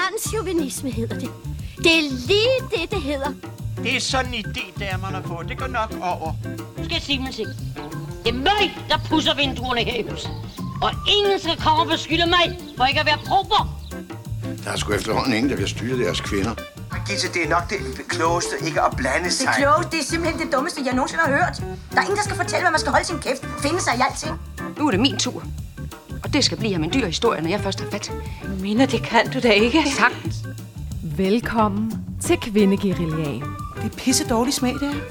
Transchauvinisme hedder det. Det er lige det hedder. Det er sådan en idé, damerne har fået. Det går nok over. Skal jeg sige mig ting? Det er mig, der pusser vinduerne her i huset. Og ingen skal komme og beskylde mig for ikke at være prober. Der er sgu efterhånden ingen, der kan styre deres kvinder. Gitte, det er nok det klogeste ikke at blande sig. Det klogeste, det er simpelthen det dummeste, jeg nogensinde har hørt. Der er ingen, der skal fortælle, hvad man skal holde sin kæft. Finde sig i alting. Nu er det min tur. Og det skal blive ham en dyr historie, når jeg først har fat. Mener, det kan du da ikke. Sagtens. Velkommen til Kvindeguerillaen. Det er pisse dårlig smag, det er.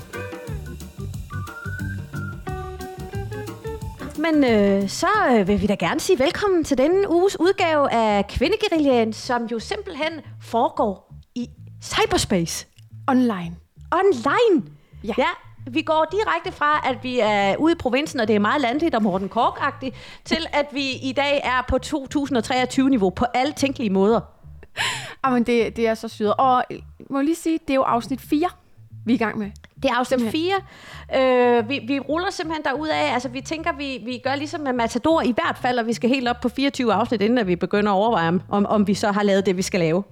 Men så vil vi da gerne sige velkommen til denne uges udgave af Kvindeguerillaen, som jo simpelthen foregår i cyberspace. Online. Ja, vi går direkte fra, at vi er ude i provinsen, og det er meget landligt og Morten Kork-agtigt, til at vi i dag er på 2023-niveau på alle tænkelige måder. Jamen, det er så syret. Og må jeg lige sige, det er jo afsnit 4, vi er i gang med. Det er afsnit 4. Vi ruller simpelthen derudad. Altså, vi tænker, vi gør ligesom med Matador i hvert fald, og vi skal helt op på 24 afsnit, inden at vi begynder at overveje, om vi så har lavet det, vi skal lave.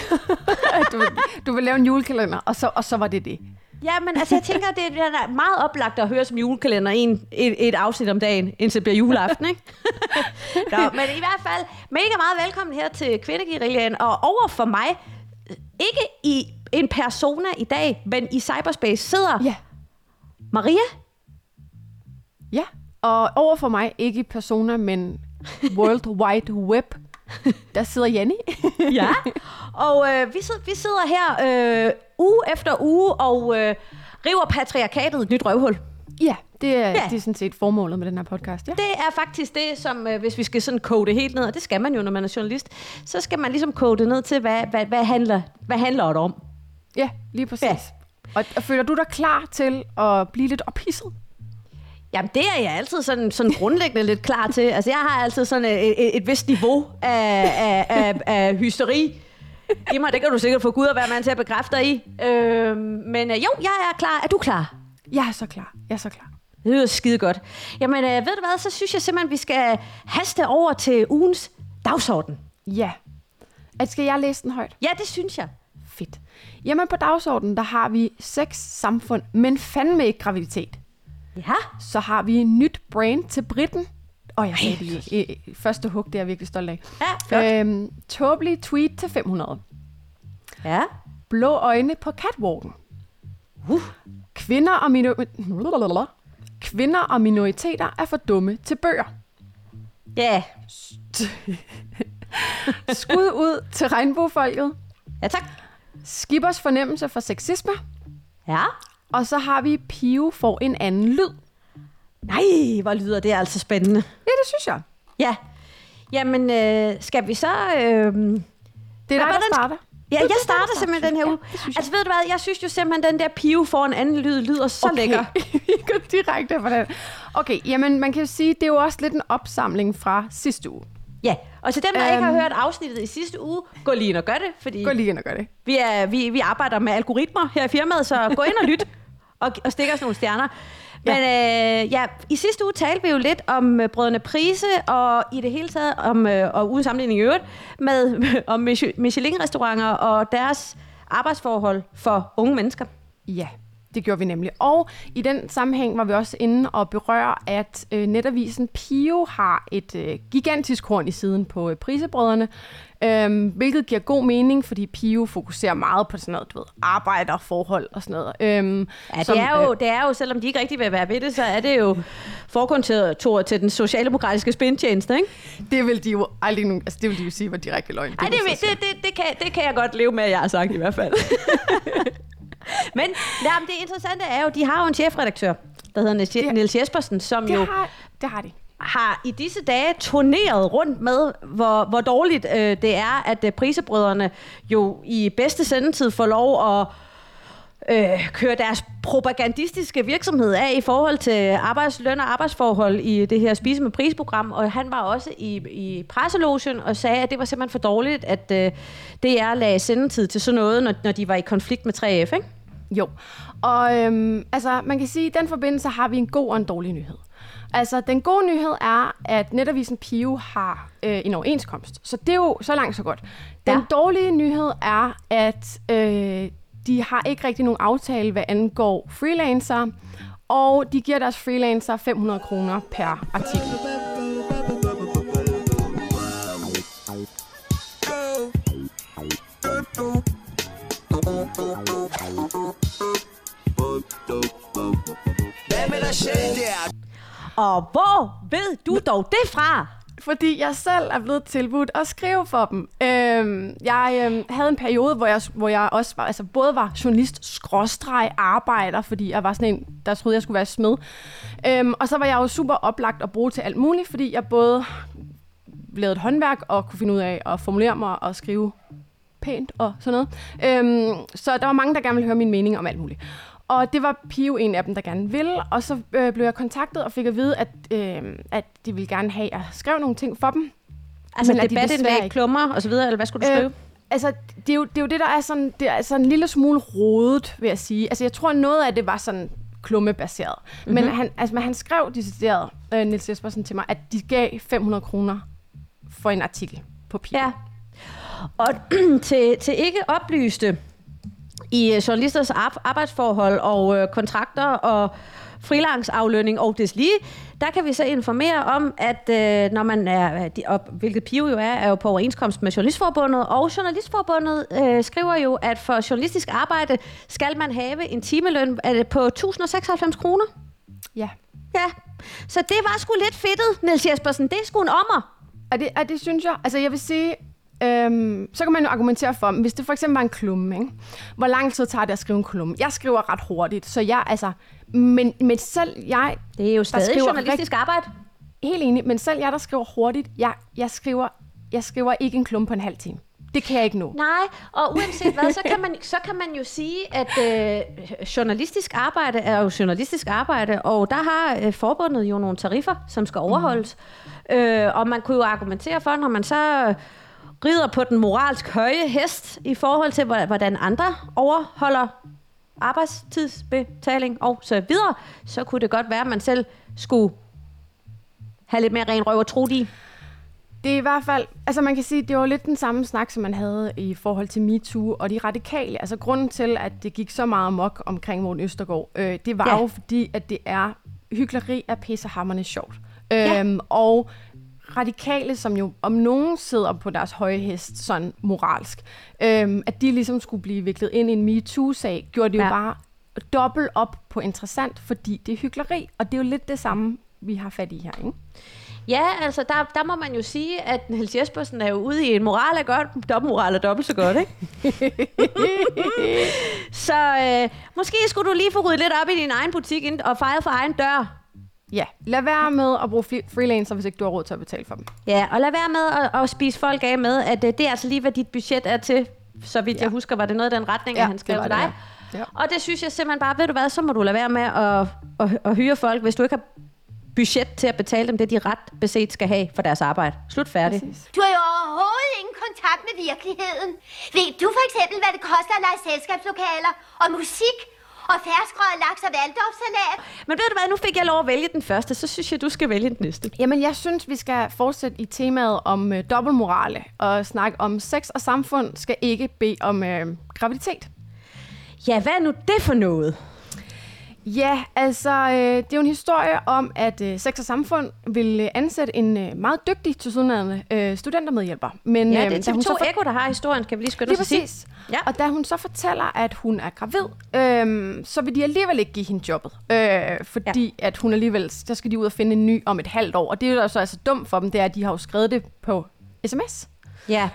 du vil lave en julekalender, og så var det. Ja, men altså, jeg tænker, det er meget oplagt at høre som julekalender et afsnit om dagen, indtil det bliver juleaften, ikke? Nå, men i hvert fald, mega meget velkommen her til Kvindeguerillaen, og over for mig, ikke i en persona i dag, men i cyberspace sidder Maria. Ja, og over for mig, ikke i persona, men World Wide Web, der sidder Janni. Ja, og vi sidder her uge efter uge og river patriarkatet et nyt røvhul. Ja, det er sådan set formålet med den her podcast. Ja. Det er faktisk det, som hvis vi skal sådan kode det helt ned, og det skal man jo, når man er journalist, så skal man ligesom kode det ned til, hvad handler det om? Ja, lige præcis. Ja. Og føler du dig klar til at blive lidt ophidset? Jamen, det er jeg altid sådan grundlæggende lidt klar til. Altså, jeg har altid sådan et vist niveau af hysteri i mig. Det kan du sikkert få Gud at være mand til at bekræfte dig i. Men jo, jeg er klar. Er du klar? Jeg er så klar. Det lyder skide godt. Jamen, ved du hvad, så synes jeg simpelthen, vi skal haste over til ugens dagsorden. Ja. Skal jeg læse den højt? Ja, det synes jeg. Fedt. Jamen, på dagsordenen, der har vi sex, samfund, men fandme ikke graviditet. Ja. Så har vi en nyt brand til Britten. Jeg sagde det i første hug, det er jeg virkelig stolt af. Ja, flot. Tåbelig tweet til 500. Ja. Blå øjne på catwalken. Kvinder og minoriteter er for dumme til bøger. Ja. Skud ud til regnbuefolket. Ja, tak. Skippers fornemmelse for sexisme. Ja. Og så har vi Pio får en anden lyd. Nej, hvor lyder det altså spændende. Ja, det synes jeg. Ja. Jamen, skal vi så... Det er dig, der starter. Ja, jeg starter simpelthen den her uge. Altså, ved du hvad, jeg synes jo simpelthen, den der Pio får en anden lyd, lyder så lækker. Vi går direkte på den. Okay, jamen, man kan jo sige, det er jo også lidt en opsamling fra sidste uge. Ja, og til dem, der ikke har hørt afsnittet i sidste uge, gå lige ind og gør det, fordi vi arbejder med algoritmer her i firmaet, så gå ind og lyt og stik os nogle stjerner. Men i sidste uge talte vi jo lidt om Brødrene Price, og i det hele taget og uden sammenligning i øvrigt, om Michelin-restauranter og deres arbejdsforhold for unge mennesker. Ja, det gjorde vi nemlig. Og i den sammenhæng var vi også inde og berøre, at netavisen Pio har et gigantisk horn i siden på Prisebrødrene, hvilket giver god mening, fordi Pio fokuserer meget på sådan noget, du ved, arbejderforhold og sådan noget. Det er jo, selvom de ikke rigtig vil være ved det, så er det jo forkontor til den socialdemokratiske spindtjeneste, ikke? Det vil de jo aldrig nogen, altså det vil de jo sige var direkte løgn. Det kan jeg godt leve med, at jeg har sagt i hvert fald. Men det interessante er jo, de har jo en chefredaktør, der hedder Niels Jespersen, som det har de. Har i disse dage turneret rundt med, hvor dårligt det er, at Prisebrødrene jo i bedste sendetid får lov at køre deres propagandistiske virksomhed af i forhold til arbejdsløn og arbejdsforhold i det her Spise med Pris-program, og han var også i presselogen og sagde, at det var simpelthen for dårligt, at DR lagde sendetid til sådan noget, når de var i konflikt med 3F, ikke? Jo, og altså man kan sige, at i den forbindelse har vi en god og en dårlig nyhed. Altså, den gode nyhed er, at Netavisen Pio har en overenskomst. Så det er jo så langt så godt. Den dårlige nyhed er, at de har ikke rigtig nogen aftale, hvad angår freelancer, og de giver deres freelancer 500 kroner per artikel. Og hvor ved du dog det fra? Fordi jeg selv er blevet tilbudt at skrive for dem. Jeg havde en periode, hvor jeg også var, altså både var journalist/arbejder, fordi jeg var sådan en, der troede, jeg skulle være smed. Og så var jeg jo super oplagt at bruge til alt muligt, fordi jeg både lavede et håndværk og kunne finde ud af at formulere mig og skrive pænt og sådan noget. Så der var mange, der gerne ville høre min mening om alt muligt. Og det var Pio en af dem, der gerne ville, og så blev jeg kontaktet og fik at vide, at de ville gerne have, at jeg skrev nogle ting for dem. Altså debatindlæg, klummer og så videre, eller hvad skulle du skrive? Altså, det er jo det, der er sådan, det er sådan en lille smule rodet, vil jeg sige. Altså, jeg tror, noget af det var sådan klummebaseret. Men han skrev decideret, Niels Jespersen, til mig, at de gav 500 kroner for en artikel på Pio. Ja. Og til ikke oplyste i journalisters arbejdsforhold og kontrakter og freelance-aflønning og deslige, der kan vi så informere om, at når man er, hvilket Pio jo er jo på overenskomst med Journalistforbundet, og Journalistforbundet skriver jo, at for journalistisk arbejde skal man have en timeløn på 1.096 kroner. Ja. Ja, så det var sgu lidt fedtet, Niels Jespersen. Det er sgu en ommer. Og det synes jeg. Altså, jeg vil sige, så kan man jo argumentere for, hvis det for eksempel var en klumme, ikke? Hvor lang tid tager det at skrive en klumme? Jeg skriver ret hurtigt, så jeg, altså, men selv jeg... Det er jo stadig journalistisk arbejde. Helt enig, men selv jeg, der skriver hurtigt, jeg skriver ikke en klumme på en halv time. Det kan jeg ikke nå. Nej, og uanset hvad, så kan man jo sige, at journalistisk arbejde er jo journalistisk arbejde, og der har forbundet jo nogle tariffer, som skal overholdes. Og man kunne jo argumentere for, når man så rider på den moralsk høje hest i forhold til, hvordan andre overholder arbejdstidsbetaling og så videre, så kunne det godt være, at man selv skulle have lidt mere ren røv og trut i. Det er i hvert fald, altså man kan sige, det var lidt den samme snak, som man havde i forhold til MeToo og de radikale. Altså grunden til, at det gik så meget amok omkring Morten Østergaard, det var jo fordi, at det er hykleri af pissehammerende sjovt. Og radikale, som jo om nogen sidder på deres høje hest, sådan moralsk, at de ligesom skulle blive viklet ind i en MeToo-sag, gjorde det jo bare dobbelt op på interessant, fordi det er hykleri, og det er jo lidt det samme, vi har fat i her, ikke? Ja, altså der må man jo sige, at Niels Jespersen er jo ude i en moral er godt, dobbeltmoral er dobbelt så godt, ikke? Så måske skulle du lige få ryddet lidt op i din egen butik og fejret for egen dør. Ja, lad være med at bruge freelancer, hvis ikke du har råd til at betale for dem. Ja, og lad være med at spise folk af med, at det er altså lige, hvad dit budget er til. Så vidt jeg husker, var det noget af den retning, han skrev til dig. Ja. Og det synes jeg simpelthen bare, ved du hvad, så må du lade være med at hyre folk, hvis du ikke har budget til at betale dem det, de ret beset skal have for deres arbejde. Slut færdig. Du har jo overhovedet ingen kontakt med virkeligheden. Ved du for eksempel, hvad det koster at lege selskabslokaler og musik og ferskrøget laks og valdorfsalat? Men ved du hvad, nu fik jeg lov at vælge den første, så synes jeg, du skal vælge den næste. Jamen, jeg synes, vi skal fortsætte i temaet om dobbeltmorale og snakke om sex og samfund skal ikke bede om graviditet. Ja, hvad er nu det for noget? Ja, altså, det er jo en historie om, at Sex og Samfund vil ansætte en meget dygtig tilsyneladende studentermedhjælper. Men, ja, det er TV2 Eko, der har historien, kan vi lige skynde os at sige. Præcis. Ja. Og da hun så fortæller, at hun er gravid, så vil de alligevel ikke give hende jobbet. Fordi at hun alligevel, der skal de ud og finde en ny om et halvt år. Og det er jo så altså dumt for dem, det er, at de har jo skrevet det på sms. Ja,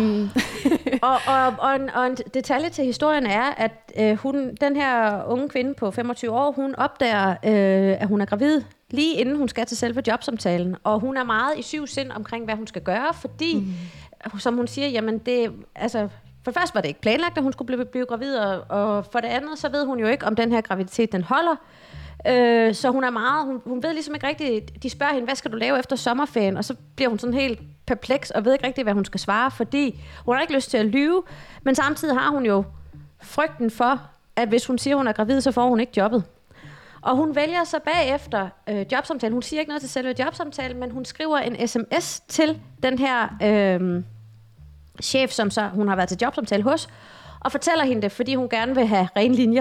og en detalje til historien er, at den her unge kvinde på 25 år, hun opdager, at hun er gravid lige inden hun skal til selve jobsamtalen. Og hun er meget i syv sind omkring, hvad hun skal gøre, fordi, som hun siger, jamen det, altså, for det første var det ikke planlagt, at hun skulle blive gravid, og for det andet, så ved hun jo ikke, om den her graviditet, den holder. Så hun er meget, hun ved ligesom ikke rigtigt, de spørger hende, hvad skal du lave efter sommerferien? Og så bliver hun sådan helt perpleks og ved ikke rigtigt, hvad hun skal svare, fordi hun har ikke lyst til at lyve, men samtidig har hun jo frygten for, at hvis hun siger, hun er gravid, så får hun ikke jobbet. Og hun vælger så bagefter jobsamtalen. Hun siger ikke noget til selve jobsamtalen, men hun skriver en sms til den her chef, som så hun har været til jobsamtale hos, og fortæller hende det, fordi hun gerne vil have rene linjer.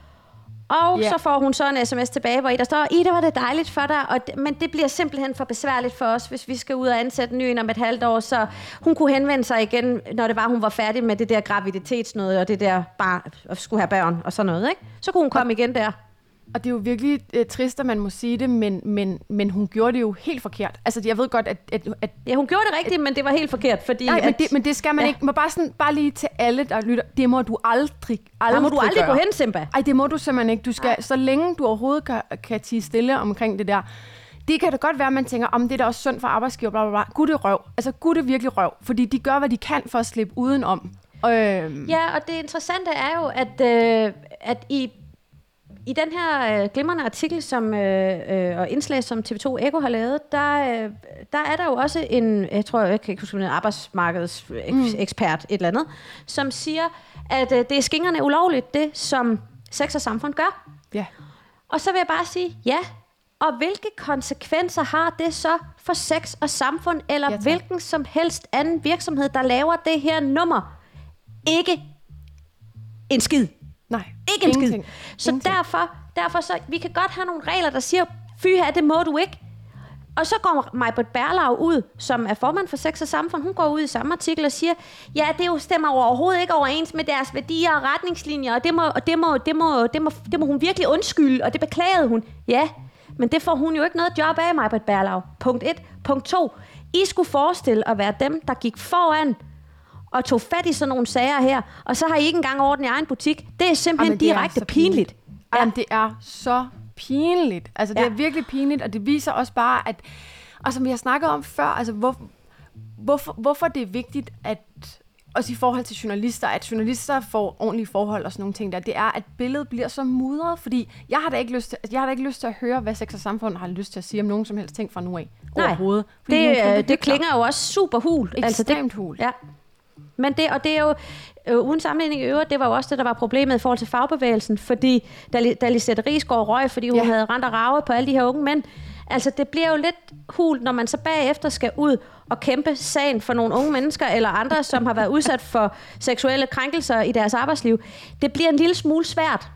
Og så får hun så en sms tilbage, hvor der står, Ida, var det dejligt for dig, men det bliver simpelthen for besværligt for os, hvis vi skal ud og ansætte en ny en om et halvt år, så hun kunne henvende sig igen, når det var, hun var færdig med det der graviditetsnøde, og det der bare at skulle have børn og sådan noget, ikke? Så kunne hun komme igen der. Og det er jo virkelig trist, at man må sige det, men hun gjorde det jo helt forkert. Altså, jeg ved godt, at ja, hun gjorde det rigtigt, men det var helt forkert, fordi... Nej, men det skal man ikke. Man bare lige til alle, der lytter, det må du aldrig der må du aldrig gøre. Gå hen, Simba. Ej, det må du simpelthen ikke. Du skal, så længe du overhovedet kan tie stille omkring det der. Det kan da godt være, at man tænker, om det er da også synd for arbejdsgiver, bla bla bla. Gud, det røv. Altså, Gud, det virkelig røv. Fordi de gør, hvad de kan for at slippe udenom. Ja, og det interessante er jo, at i den her glimrende artikel og indslag, som TV2 Echo har lavet, der er der jo også jeg kan ikke huske, en arbejdsmarkedsekspert, et eller andet, som siger, at det er skingrende ulovligt, det som Sex og Samfund gør. Ja. Og så vil jeg bare sige, ja, og hvilke konsekvenser har det så for Sex og Samfund, eller hvilken som helst anden virksomhed, der laver det her nummer? Ikke en skid. Nej. Ikke en skid. Så derfor så, vi kan godt have nogle regler, der siger, fy her, det må du ikke. Og så går Majbert Berlau ud, som er formand for Sex og Samfund, hun går ud i samme artikel og siger, ja, det jo stemmer overhovedet ikke overens med deres værdier og retningslinjer, og det må hun virkelig undskylde, og det beklagede hun. Ja, men det får hun jo ikke noget job af, Majbert Berlau. Punkt 1. Punkt 2. I skulle forestille at være dem, der gik foran og tog fat i sådan nogle sager her, og så har I ikke engang orden i egen butik. Det er simpelthen direkte pinligt. Ja. Jamen, det er så pinligt. Altså, det er virkelig pinligt, og det viser også bare, at, og som vi har snakket om før, altså, hvorfor det er vigtigt, at også i forhold til journalister, at journalister får ordentlige forhold og sådan nogle ting der, det er, at billedet bliver så mudret, fordi jeg har da ikke lyst til at høre, hvad Sex og Samfund har lyst til at sige om nogen som helst ting fra nu af. Overhovedet. Det klinger jo også super hult. Ekstremt hult. Ja. Men det er jo, uden sammenligning i øvrigt, det var jo også det, der var problemet i forhold til fagbevægelsen, fordi da Lisette Risgaard røg, fordi hun havde rent og raget på alle de her unge mænd, altså det bliver jo lidt hult, når man så bagefter skal ud og kæmpe sagen for nogle unge mennesker, eller andre, som har været udsat for seksuelle krænkelser i deres arbejdsliv. Det bliver en lille smule svært.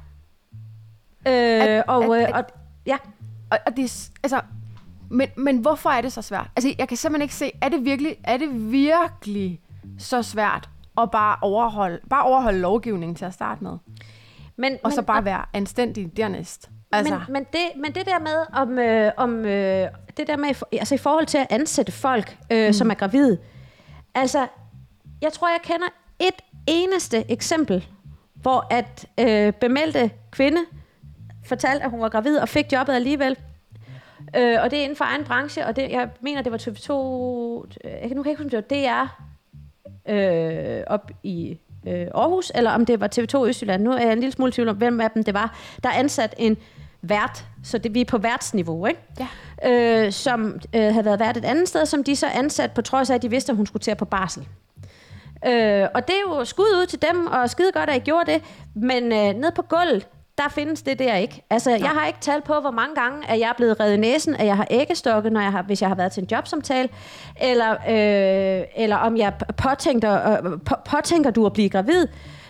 Men hvorfor er det så svært? Altså, jeg kan simpelthen ikke se, er det virkelig så svært at bare overholde lovgivningen til at starte med? Og så bare være anstændig dernæst. Altså. Men det der med det der med altså i forhold til at ansætte folk som er gravide. Altså jeg tror jeg kender et eneste eksempel hvor at bemeldte kvinde fortalte at hun var gravid og fik jobbet alligevel. Og det er inden for egen branche, og jeg mener det var TV2, jeg kan ikke huske om det var DR op i Aarhus, eller om det var TV2 Østjylland. Nu er jeg en lille smule tvivl om, hvem af dem det var, der ansat en vært, så vi er på værtsniveau, ikke? Ja. Som havde været vært et andet sted, som de så ansat, på trods af, at de vidste, at hun skulle til på barsel. Og det er jo skud ud til dem, og skide godt, at I gjorde det, men ned på gulvet, der findes det der ikke. Altså, jeg har ikke talt på, hvor mange gange, at jeg er blevet revet i næsen, at jeg har æggestukket, hvis jeg har været til en jobsamtale, eller om jeg påtænker du at blive gravid.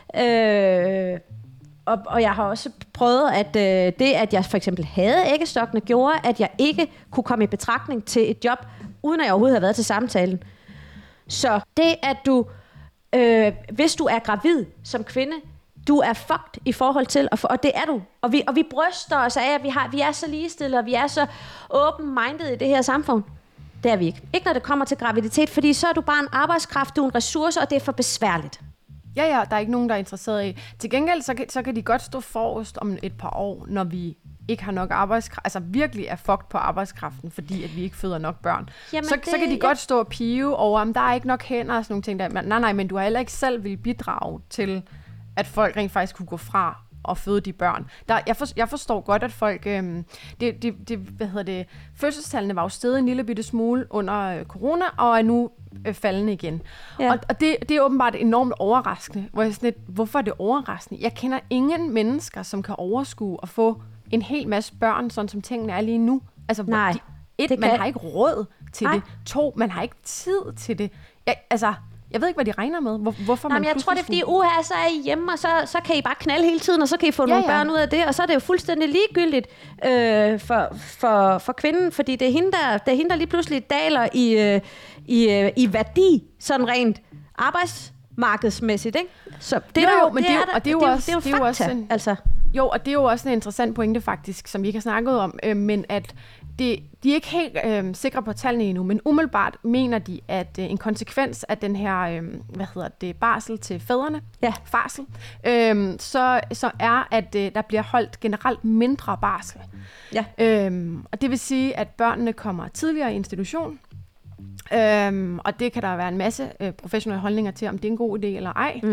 Og jeg har også prøvet, at det, at jeg for eksempel havde æggestokkene, gjorde, at jeg ikke kunne komme i betragtning til et job, uden at jeg overhovedet havde været til samtalen. Så det, at du, hvis du er gravid som kvinde, du er fucked i forhold til, og det er du. Og vi bryster os af, at vi er så ligestillede, og vi er så open-minded i det her samfund. Det er vi ikke. Ikke når det kommer til graviditet, fordi så er du bare en arbejdskraft, du er en ressource, og det er for besværligt. Ja, der er ikke nogen, der er interesseret i. Til gengæld, så kan de godt stå forrest om et par år, når vi ikke har nok arbejdskraft, altså virkelig er fucked på arbejdskraften, fordi at vi ikke føder nok børn. Jamen så kan de godt stå og pive over, om der er ikke nok hænder og sådan nogle ting der. Nej, men du har heller ikke selv vil bidrage til, at folk rent faktisk kunne gå fra og føde de børn. Jeg forstår godt, at folk... fødselstallene var jo steget en lille bitte smule under corona, og er nu faldende igen. Ja. Og det er åbenbart enormt overraskende. Hvor jeg sådan lidt, hvorfor er det overraskende? Jeg kender ingen mennesker, som kan overskue at få en hel masse børn, sådan som tingene er lige nu. Altså, Nej, man har ikke råd til det. 2, man har ikke tid til det. Jeg ved ikke, hvad de regner med. Hvorfor man jeg tror, det er fordi, så er I hjemme, og så kan I bare knalde hele tiden, og så kan I få nogle børn ud af det, og så er det jo fuldstændig ligegyldigt for kvinden, fordi det er hende, der lige pludselig daler i værdi, sådan rent arbejdsmarkedsmæssigt, ikke? Så det er jo fakta. Jo, og det er jo også en interessant pointe faktisk, som vi ikke har snakket om, men at de er ikke helt sikre på tallene endnu, men umiddelbart mener de, at en konsekvens af den her, barsel til fædrene, farsel, så er, at der bliver holdt generelt mindre barsel. Ja. Og det vil sige, at børnene kommer tidligere i institution, og det kan der være en masse professionelle holdninger til, om det er en god idé eller ej.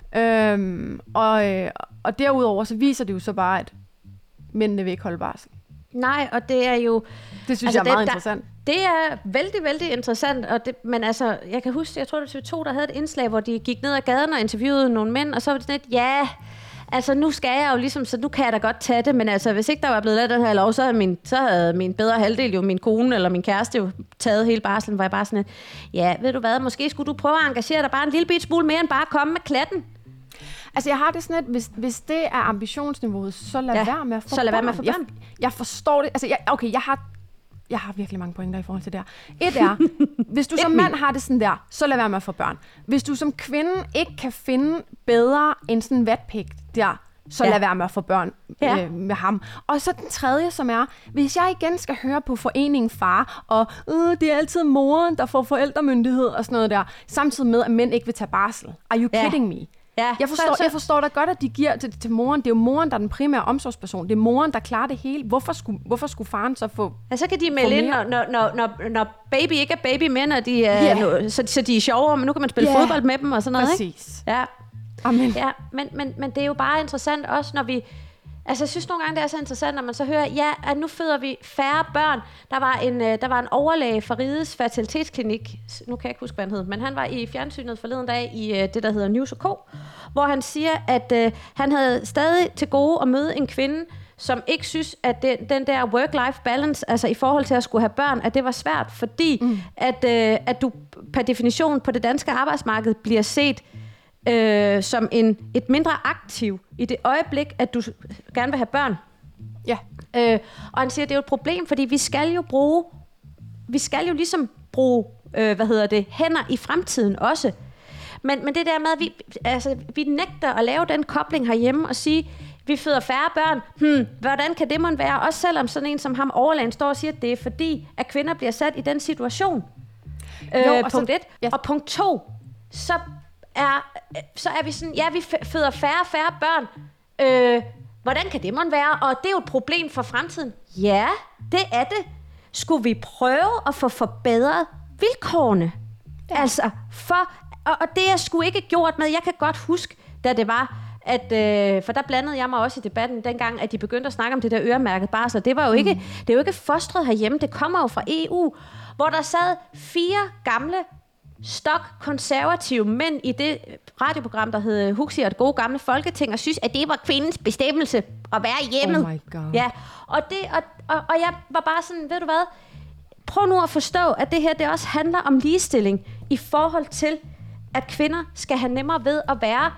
Og derudover så viser det jo så bare, at mændene vil ikke holde barsel. Nej, og det er jo... Det synes jeg er meget interessant. Det er vældig, vældig interessant, men altså, jeg kan huske, jeg tror det var TV2, der havde et indslag, hvor de gik ned ad gaden og interviewede nogle mænd, og så var det sådan lidt, altså nu skal jeg jo ligesom, så nu kan jeg da godt tage det, men altså, hvis ikke der var blevet lavet den her lov, så havde min bedre halvdel jo, min kone eller min kæreste jo taget hele barslen, hvor jeg bare sådan lidt, ved du hvad, måske skulle du prøve at engagere dig bare en lille bit smule mere, end bare at komme med klatten. Altså, jeg har det sådan lidt, hvis det er ambitionsniveauet, så lad være med at få børn. Jeg forstår det. Altså, jeg har virkelig mange pointer i forhold til det her. Et er, hvis du som mand har det sådan der, så lad være med at få børn. Hvis du som kvinde ikke kan finde bedre end sådan en vatpik der, så lad være med at få børn med ham. Og så den tredje, som er, hvis jeg igen skal høre på foreningen far, og det er altid moren, der får forældremyndighed og sådan noget der, samtidig med, at mænd ikke vil tage barsel. Are you kidding me? Ja, jeg forstår da godt, at de giver til moren. Det er jo moren, der er den primære omsorgsperson. Det er moren, der klarer det hele. Hvorfor skulle faren så få... Ja, så kan de melde ind, når baby ikke er baby mere, når de er, så de er sjovere, men nu kan man spille fodbold med dem og sådan noget. Præcis. Ikke? Ja. Amen. Ja, men det er jo bare interessant også, når vi... Altså, jeg synes nogle gange, det er så interessant, når man så hører, at nu føder vi færre børn. Der var en overlæge fra Rides Fertilitetsklinik, nu kan jeg ikke huske, hvad han hed, men han var i fjernsynet forleden dag i det, der hedder News & Co., hvor han siger, at han havde stadig til gode at møde en kvinde, som ikke synes, at den der work-life balance, altså i forhold til at skulle have børn, at det var svært, fordi at du per definition på det danske arbejdsmarked bliver set som et mindre aktiv i det øjeblik, at du gerne vil have børn. Ja. Og han siger, at det er jo et problem, fordi vi skal jo ligesom bruge hænder i fremtiden også. Men det der med, at vi nægter at lave den kobling herhjemme og sige, vi føder færre børn. Hvordan kan det måtte være? Også selvom sådan en som ham, overlægen, står og siger, at det er fordi, at kvinder bliver sat i den situation. Punkt 1. Ja. Og punkt 2, så er vi sådan, vi føder færre børn. Hvordan kan det måtte være? Og det er jo et problem for fremtiden. Ja, det er det. Skulle vi prøve at få forbedret vilkårene? Ja. Altså, og det er sgu ikke gjort med. Jeg kan godt huske, da det var, for der blandede jeg mig også i debatten dengang, at de begyndte at snakke om det der øremærket barsel. Det var jo ikke, det er jo ikke fostret herhjemme. Det kommer jo fra EU, hvor der sad 4 gamle konservative mænd i det radioprogram, der hed Huxi og det gode gamle Folketing, og synes, at det var kvindens bestemmelse at være hjemme. Oh my God. Ja, og jeg var bare sådan, ved du hvad, prøv nu at forstå, at det her, det også handler om ligestilling i forhold til, at kvinder skal have nemmere ved at være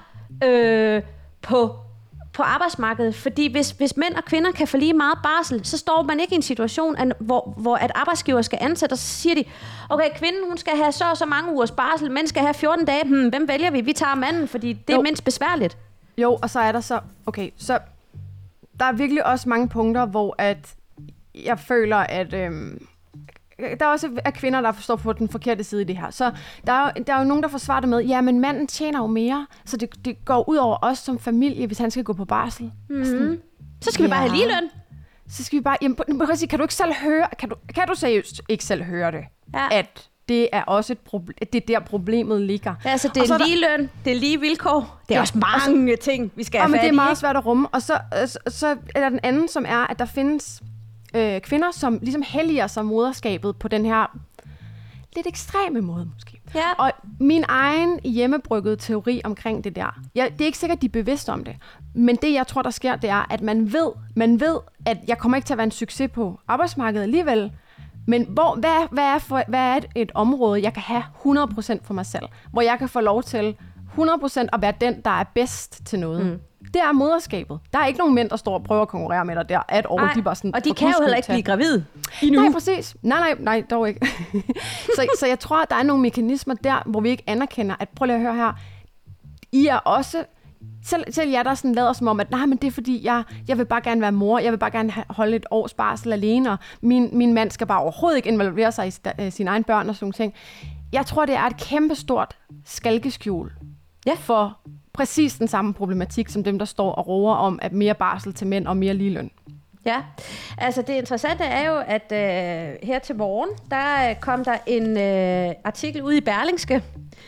på arbejdsmarkedet. Fordi hvis mænd og kvinder kan få lige meget barsel, så står man ikke i en situation, hvor at arbejdsgiver skal ansætte, og så siger de, okay, kvinden hun skal have så mange ugers barsel, mænd skal have 14 dage. Hvem vælger vi? Vi tager manden, fordi det er mindst besværligt. Jo, og så er der så, okay, så der er virkelig også mange punkter, hvor at jeg føler, at der er også kvinder, der står på den forkerte side i det her. Så der er jo nogen, der forsvarer det med, ja, men manden tjener jo mere, så det går ud over os som familie, hvis han skal gå på barsel. Mm-hmm. Så skal vi bare have ligeløn. Så skal vi bare, kan du ikke selv høre, kan du seriøst ikke selv høre det? Ja. At det er også et problem, det er der problemet ligger. Ja, altså det er ligeløn, det er lige vilkår, det er også mange ting, vi skal have fat i. Men det er meget svært at rumme. Og så er der den anden, som er, at der findes kvinder, som ligesom helliger sig moderskabet på den her lidt ekstreme måde måske. Ja. Og min egen hjemmebryggede teori omkring det der, det er ikke sikkert, de er bevidste om det, men det, jeg tror, der sker, det er, at man ved, at jeg kommer ikke til at være en succes på arbejdsmarkedet alligevel, men hvad er et område, jeg kan have 100% for mig selv, hvor jeg kan få lov til 100% at være den, der er bedst til noget. Mm. Det er moderskabet. Der er ikke nogen mænd, der står og prøver at konkurrere med dig der. De bare sådan, og de kan jo heller ikke blive gravide endnu. Nej, præcis. Nej, dog ikke. så jeg tror, at der er nogle mekanismer der, hvor vi ikke anerkender, at prøv lige at høre her, I er også, selv jeg der sådan lader som om, at nej, men det er fordi, jeg vil bare gerne være mor, jeg vil bare gerne holde et års barsel alene, og min mand skal bare overhovedet ikke involvere sig i sine egne børn og sådan nogle ting. Jeg tror, det er et kæmpestort skalkeskjul for præcis den samme problematik, som dem, der står og roer om, at mere barsel til mænd og mere ligeløn. Ja, altså det interessante er jo, at her til morgen, der kom der en artikel ud i Berlingske.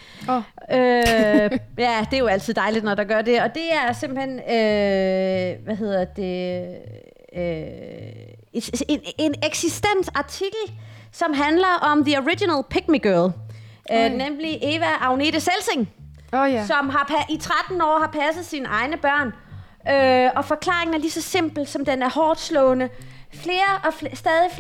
Ja, det er jo altid dejligt, når der gør det. Og det er simpelthen, en eksistensartikel, som handler om The Original Pick Me Girl. Nemlig Eva Agnete Selsing. Som i 13 år har passet sine egne børn. Og forklaringen er lige så simpel, som den er hårdt slående. Stadig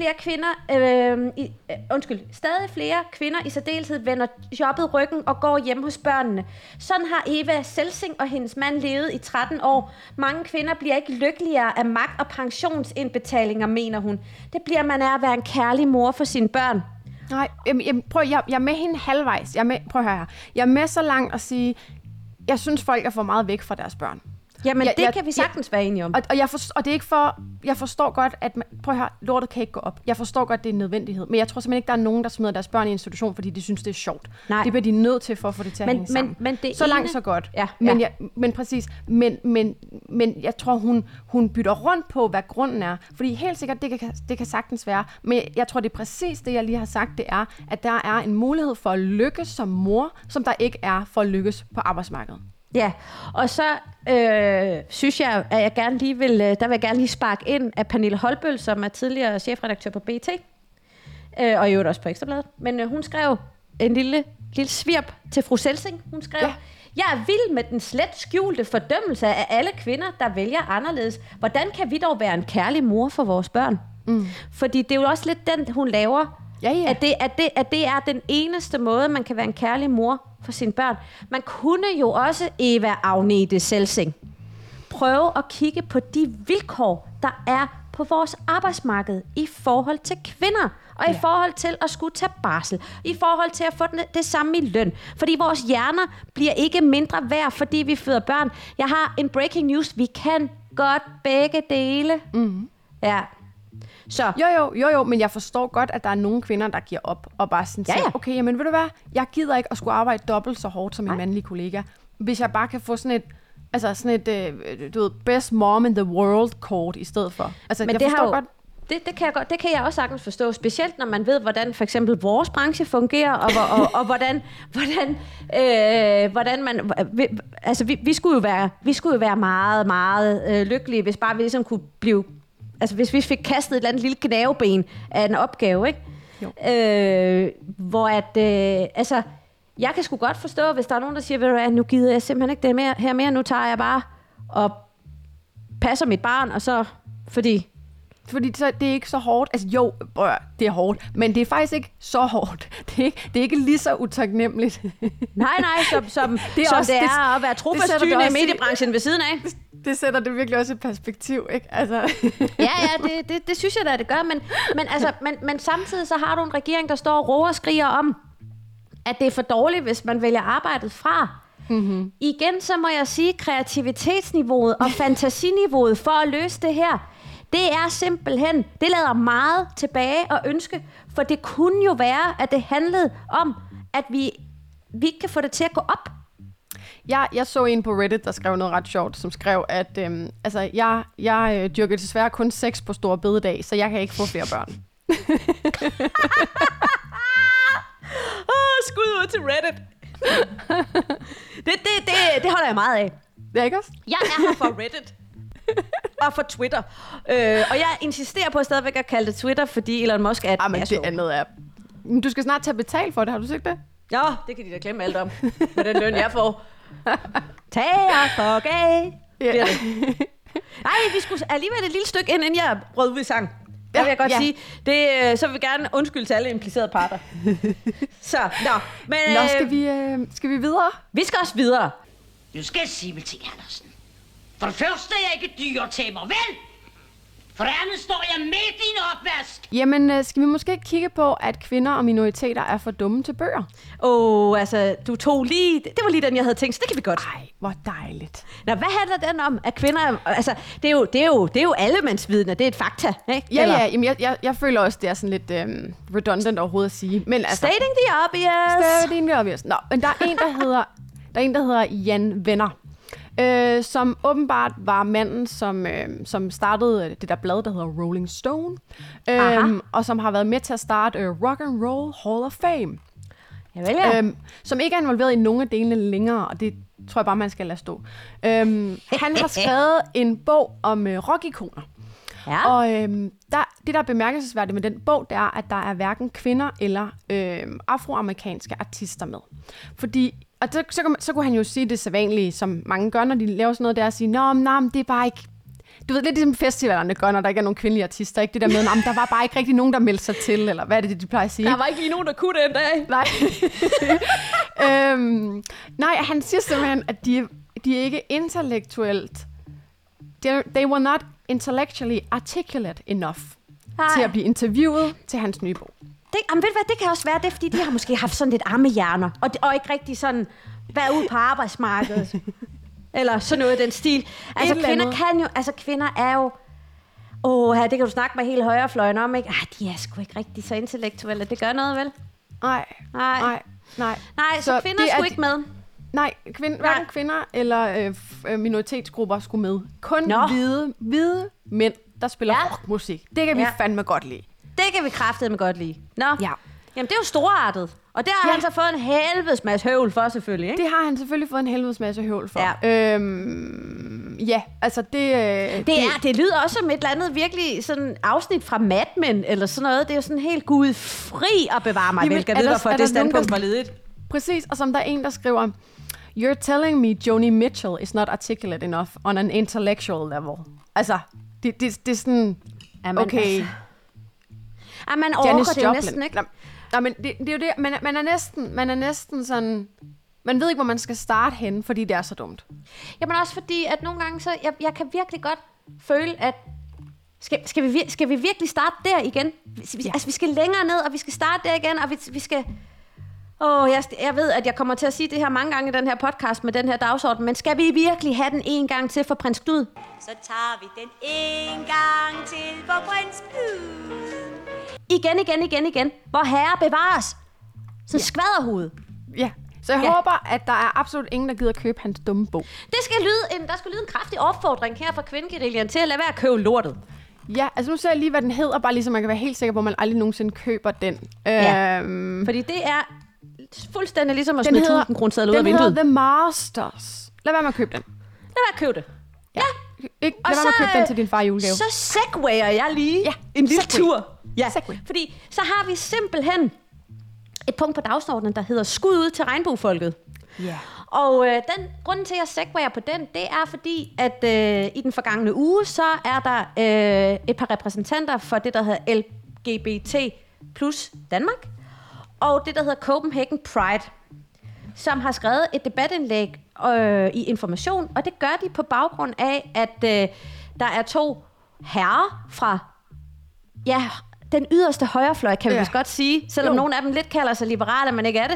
flere kvinder i særdeleshed vender jobbet ryggen og går hjem hos børnene. Sådan har Eva Selsing og hendes mand levet i 13 år. Mange kvinder bliver ikke lykkeligere af magt- og pensionsindbetalinger, mener hun. Det bliver man af at være en kærlig mor for sine børn. Nej, jeg er med hende halvvejs. Prøv at høre her. Jeg er med så langt at sige, jeg synes, folk er for meget væk fra deres børn. Jamen, det kan vi sagtens være enige om. Og det er ikke for... Jeg forstår godt, at... Prøv at høre, lortet kan ikke gå op. Jeg forstår godt, det er en nødvendighed. Men jeg tror simpelthen ikke, der er nogen, der smider deres børn i en institution, fordi de synes, det er sjovt. Nej. Det bliver de nødt til for at få det til at hænge sammen. Men så langt, så godt. Ja. Men præcis. Men jeg tror, hun bytter rundt på, hvad grunden er. Fordi helt sikkert, det kan sagtens være. Men jeg tror, det er præcis det, jeg lige har sagt, det er, at der er en mulighed for at lykkes som mor, som der ikke er for at lykkes på arbejdsmarkedet. Ja, og så synes jeg, at jeg gerne lige vil gerne lige sparke ind af Pernille Holbøl, som er tidligere chefredaktør på BT, og i øvrigt også på Ekstrabladet. Men hun skrev en lille svirp til fru Selsing. Hun skrev, jeg er vild med den slet skjulte fordømmelse af alle kvinder, der vælger anderledes. Hvordan kan vi dog være en kærlig mor for vores børn? Mm. Fordi det er jo også lidt den, hun laver. Ja. At det er den eneste måde, man kan være en kærlig mor for sine børn. Man kunne jo også, Eva Agnete Selsing, prøve at kigge på de vilkår, der er på vores arbejdsmarked i forhold til kvinder, og i forhold til at skulle tage barsel, i forhold til at få det samme i løn. Fordi vores hjerner bliver ikke mindre værd, fordi vi føder børn. Jeg har en breaking news. Vi kan godt begge dele. Mm. Ja. Så. Jo, men jeg forstår godt, at der er nogle kvinder, der giver op og bare sådan siger, okay, jamen ved du hvad, jeg gider ikke at skulle arbejde dobbelt så hårdt som min mandlige kollega, hvis jeg bare kan få sådan et du ved, best mom in the world kort i stedet for. Altså, men jeg forstår godt. Det kan jeg også sagtens forstå, specielt når man ved, hvordan for eksempel vores branche fungerer, og hvordan man... Altså, vi skulle jo være meget, meget lykkelige, hvis bare vi ligesom kunne blive... Altså, hvis vi fik kastet et eller andet lille gnaveben af en opgave, ikke? Hvor at... altså, jeg kan sgu godt forstå, hvis der er nogen, der siger, ved du hvad, nu gider jeg simpelthen ikke det mere, nu tager jeg bare og passer mit barn, og så... Fordi så det er ikke så hårdt. Altså jo, det er hårdt, men det er faktisk ikke så hårdt. Det er ikke lige så utaknemmeligt. Nej, som det er at være trofaststyrende i mediebranchen ved siden af. Det sætter det virkelig også i perspektiv, ikke? Altså. Ja, det synes jeg da, det gør. Men samtidig så har du en regering, der står og råber og skriger om, at det er for dårligt, hvis man vælger arbejdet fra. Mm-hmm. Igen, så må jeg sige, kreativitetsniveauet og fantasiniveauet for at løse det her, det er simpelthen, det lader meget tilbage at ønske, for det kunne jo være, at det handlede om, at vi ikke kan få det til at gå op. Jeg så en på Reddit, der skrev noget ret sjovt, som skrev, at jeg dyrker desværre kun sex på store bededag, så jeg kan ikke få flere børn. Skud ud til Reddit. Det holder jeg meget af. Det er ikke også? Jeg er her for Reddit. Og for Twitter. Og jeg insisterer på stadigvæk at kalde det Twitter, fordi Elon Musk er et men det andet er... Du skal snart tage betalt for det, har du set det? Ja, det kan de da glemme alt om, med den løn, jeg får. Tager for gay. Ja. Nej, vi skulle alligevel et lille stykke ind, inden jeg brød ud i sang. Det vil jeg godt sige. Det, så vil vi gerne undskylde til alle implicerede parter. Så, men... skal vi videre? Vi skal også videre. Nu skal jeg sige med ting, Andersen. For det første er jeg ikke dyretæmmer, vel? For det andet står jeg midt i en opvask. Jamen, skal vi måske kigge på, at kvinder og minoriteter er for dumme til bøger? Altså, du tog lige... Det var lige den, jeg havde tænkt, så det kan vi godt. Ej, hvor dejligt. Nå, hvad handler den om, at kvinder... Altså, det er jo allemandsviden, og det er et fakta, ikke? Ja, jamen, jeg føler også, det er sådan lidt redundant overhovedet at sige. Men altså, Stating the obvious. Stating the obvious. Nå, men der er en, der hedder Jan Venner. Som åbenbart var manden, som startede det der blad, der hedder Rolling Stone, og som har været med til at starte Rock and Roll Hall of Fame. Javel, ja. Som ikke er involveret i nogen af delene længere, og det tror jeg bare, man skal lade stå. Han har skrevet en bog om rockikoner. Ja. Og det, der er bemærkelsesværdigt med den bog, det er, at der er hverken kvinder eller afroamerikanske artister med. Fordi og så kunne han jo sige det sædvanlige, som mange gør, når de laver sådan noget, der at sige, nå, det er bare ikke... Du ved, lidt ligesom festivalerne gør, når der ikke er nogen kvindelige artister, ikke? Det der med, der var bare ikke rigtig nogen, der meldte sig til, eller hvad er det, de plejer at sige? Der var ikke lige nogen, der kunne den dag. Nej. Nej, han siger simpelthen, at de er ikke intellektuelt... They were not intellectually articulate enough til at blive interviewet til hans nye bog. Ved du hvad, det kan også være det, fordi de har måske haft sådan lidt arme hjerner, og ikke rigtig sådan været ude på arbejdsmarkedet, eller sådan noget i den stil. Altså kvinder er jo, det kan du snakke med hele højrefløjen om, ikke? De er sgu ikke rigtig så intellektuelle, det gør noget, vel? Nej, så kvinder er sgu ikke med. Nej, hverken kvinder eller minoritetsgrupper skulle med. Kun hvide mænd, der spiller rockmusik. Det kan vi fandme godt lide. Det kan vi kraftedeme godt lide. Nå. Ja. Jamen, det er jo storartet. Og det har han så fået en helvedes masse høvl for, selvfølgelig, ikke? Det har han selvfølgelig fået en helvedes masse høvl for. Ja. Altså det lyder også som et eller andet virkelig sådan afsnit fra Mad Men, eller sådan noget. Det er jo sådan helt gudfri at bevare mig, hvilket jeg ved, hvorfor det standpunkt var ledigt. Præcis, og som der er en, der skriver, You're telling me Joni Mitchell is not articulate enough on an intellectual level. Altså, det er sådan, okay... man overgår det næsten, ikke? Nej, men det er jo det. Man er næsten sådan... Man ved ikke, hvor man skal starte henne, fordi det er så dumt. Jamen også fordi, at nogle gange, så jeg kan virkelig godt føle, at... Skal vi virkelig starte der igen? Altså, vi skal længere ned, og vi skal starte der igen, og vi skal... jeg ved, at jeg kommer til at sige det her mange gange i den her podcast med den her dagsorden, men skal vi virkelig have den en gang til for prins Knud? Så tager vi den en gang til for prins Knud. Igen. Hvor herre bevares. Så skvaderhoved. Ja. Så jeg håber, at der er absolut ingen, der gider købe hans dumme bog. Der skal lyde en kraftig opfordring her fra kvindeguerillian til at lade være at købe lortet. Ja, altså nu ser jeg lige, hvad den hedder, bare lige så man kan være helt sikker på, at man aldrig nogensinde køber den. Fordi det er fuldstændig ligesom at smide 1000 kroner ud af vinduet. Den hedder The Masters. Lad være med at købe den. Lad være at købe det. Ja. Lad være med at købe den til din far i julegave. Så segwayer jeg lige en lille tur. Ja, fordi så har vi simpelthen et punkt på dagsordenen, der hedder skud ud til regnbuefolket. Ja. Og grunden til, at jeg segwayer på den, det er fordi, at i den forgangne uge, så er der et par repræsentanter for det, der hedder LGBT plus Danmark, og det, der hedder Copenhagen Pride, som har skrevet et debatindlæg i Information, og det gør de på baggrund af, at der er 2 herrer fra den yderste højrefløj, kan vi vist godt sige, selvom nogle af dem lidt kalder sig liberale, men ikke er det.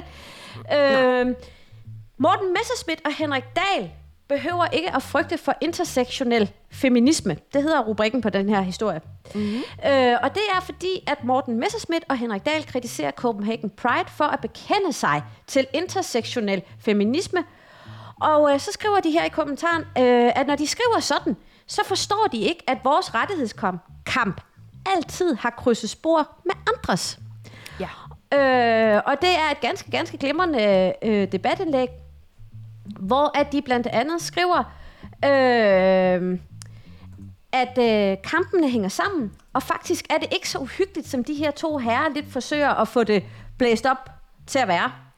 Morten Messerschmidt og Henrik Dahl behøver ikke at frygte for intersektionel feminisme. Det hedder rubrikken på den her historie. Mm-hmm. Og det er fordi, at Morten Messerschmidt og Henrik Dahl kritiserer Copenhagen Pride for at bekende sig til intersektionel feminisme. Og så skriver de her i kommentaren, at når de skriver sådan, så forstår de ikke, at vores rettighedskamp altid har krydset spor med andres. Ja. Og det er et ganske, ganske glimrende debatindlæg, hvor at de blandt andet skriver, at kampene hænger sammen, og faktisk er det ikke så uhyggeligt, som de her 2 herrer lidt forsøger at få det blæst op til at være.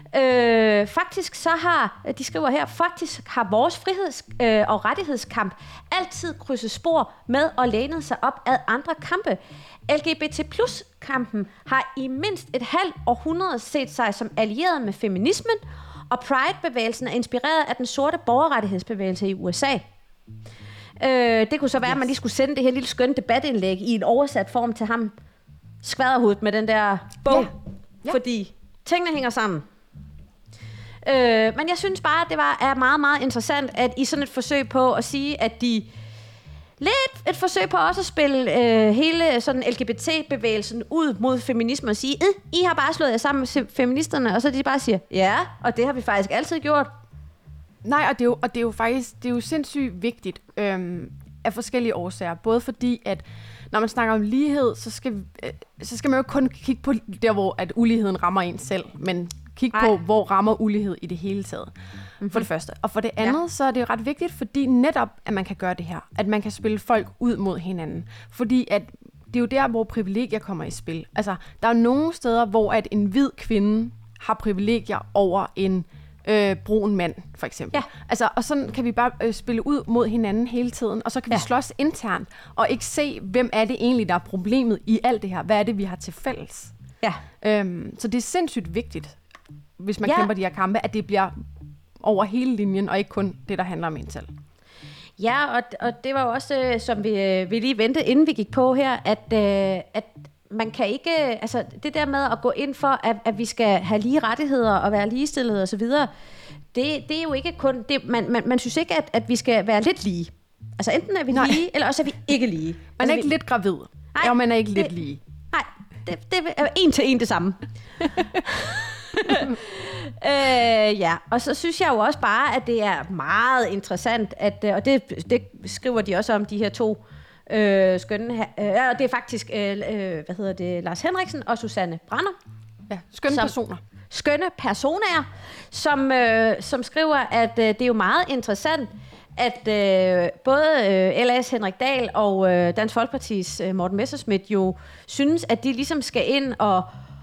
Faktisk så har, de skriver her, faktisk har vores friheds- og rettighedskamp altid krydset spor med at læne sig op ad andre kampe. LGBT+-kampen har i mindst et halvt århundrede set sig som allieret med feminismen, og Pride-bevægelsen er inspireret af den sorte borgerrettighedsbevægelse i USA. Det kunne så være, at man lige skulle sende det her lille skønne debatindlæg i en oversat form til ham, skvaderhovedet med den der bog, fordi tingene hænger sammen. Men jeg synes bare, at det er meget, meget interessant, at i sådan et forsøg på at sige, at de lidt et forsøg på også at spille hele sådan LGBT-bevægelsen ud mod feminisme og sige, I har bare slået jer sammen med feministerne, og så de bare siger, ja, og det har vi faktisk altid gjort. Nej, og det er jo sindssygt vigtigt af forskellige årsager. Både fordi, at når man snakker om lighed, så skal man jo kun kigge på der, hvor at uligheden rammer en selv, men kigge på, hvor rammer ulighed i det hele taget. For det første. Og for det andet, så er det jo ret vigtigt, fordi netop, at man kan gøre det her. At man kan spille folk ud mod hinanden. Fordi at det er jo der, hvor privilegier kommer i spil. Altså, der er nogle steder, hvor at en hvid kvinde har privilegier over en brun mand, for eksempel. Ja. Altså, og sådan kan vi bare spille ud mod hinanden hele tiden, og så kan vi slås internt, og ikke se, hvem er det egentlig, der er problemet i alt det her. Hvad er det, vi har til fælles? Ja. Så det er sindssygt vigtigt, hvis man kæmper de her kampe, at det bliver over hele linjen, og ikke kun det, der handler om en selv. Ja, og det var jo også, som vi lige ventede, inden vi gik på her, at man kan ikke, altså det der med at gå ind for, at vi skal have lige rettigheder og være ligestillede osv., det er jo ikke kun, man synes ikke, at vi skal være lidt lige. Altså enten er vi lige, eller også er vi ikke lige. Man er ikke lidt gravid. Nej, ja, man er ikke lidt lige. Nej, det er en til en det samme. Ja, og så synes jeg jo også bare, at det er meget interessant, at, og det skriver de også om, de her to skønne her, og det er faktisk Lars Henriksen og Susanne Brander. Ja, skønne personer. Skønne personer, som skriver, at det er jo meget interessant, at både LA's Henrik Dahl og Dansk Folkepartis Morten Messerschmidt jo synes, at de ligesom skal ind og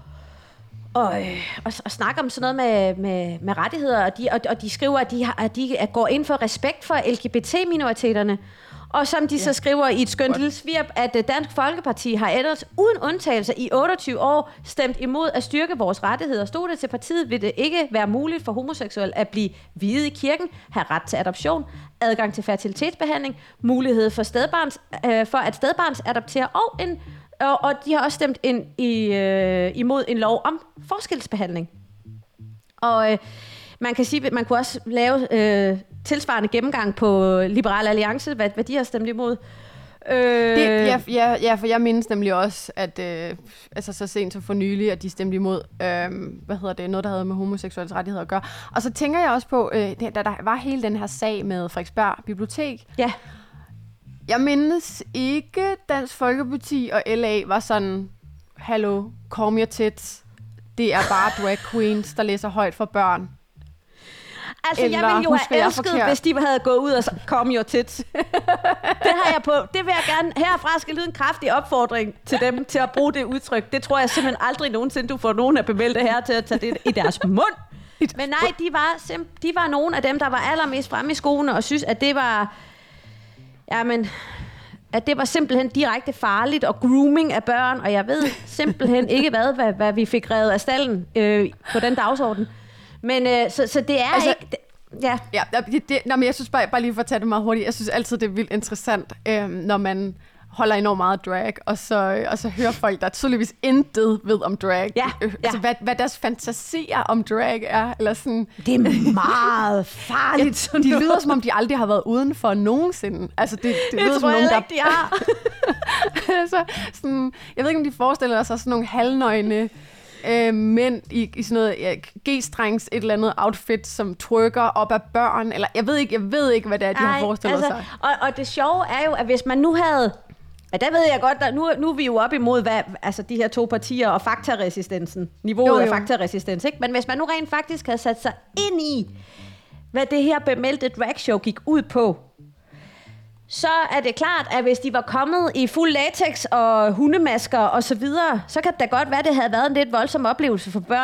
snakke om sådan noget med rettigheder, og de skriver, at de går ind for respekt for LGBT-minoriteterne, og som de så skriver i et skønt lille svirp, at Dansk Folkeparti har ellers uden undtagelse i 28 år stemt imod at styrke vores rettigheder. Stod det til partiet, vil det ikke være muligt for homoseksuelle at blive viet i kirken, have ret til adoption, adgang til fertilitetsbehandling, mulighed for for at stedbarnsadoptere og de har også stemt imod en lov om forskelsbehandling. Og man kan sige, at man kunne også lave tilsvarende gennemgang på Liberal Alliance, hvad de har stemt imod. For jeg mindes nemlig også, at altså så sent som for nylig, at de stemte imod noget, der havde med homoseksuelles rettigheder at gøre. Og så tænker jeg også på, da der var hele den her sag med Frederiksberg Bibliotek. Ja. Jeg mindes ikke, Dansk Folkeparti og LA var sådan, hallo, calm your tits. Det er bare drag queens, der læser højt for børn. Altså, jeg ville jo have elsket, hvis de havde gået ud og sagt, calm your tits. Det har jeg på. Det vil jeg gerne, herfra skal lyde en kraftig opfordring til dem, til at bruge det udtryk. Det tror jeg simpelthen aldrig nogensinde, du får nogen af bemeldte her til at tage det i deres mund. Men nej, de var nogle af dem, der var allermest fremme i skoene, og synes, at det var... Jamen, at det var simpelthen direkte farligt og grooming af børn, og jeg ved simpelthen ikke, hvad vi fik revet af stallen på den dagsorden. Men så det er altså, ikke... Men jeg synes bare lige for at tage det meget hurtigt, jeg synes altid, det er vildt interessant, når man holder enormt meget drag, og så hører folk, der tydeligvis intet ved om drag. Ja. Altså, hvad deres fantasier om drag er. Eller sådan. Det er meget farligt. Ja, de lyder, som om de aldrig har været udenfor nogensinde. Altså, det lyder som nogen, der... de har. Altså, sådan, jeg ved ikke, om de forestiller sig sådan nogle halvnøgne mænd i sådan noget G-strengs et eller andet outfit, som twerker op af børn. Eller jeg ved ikke, hvad det er, de har forestillet sig. Og det sjove er jo, at hvis man nu havde... Ja, der ved jeg godt, nu er vi jo op imod de her to partier og faktaresistensen. Niveauet af faktaresistens, ikke? Men hvis man nu rent faktisk havde sat sig ind i, hvad det her bemeldte dragshow gik ud på, så er det klart, at hvis de var kommet i fuld latex og hundemasker og så videre, så kan det da godt være, at det havde været en lidt voldsom oplevelse for børnene.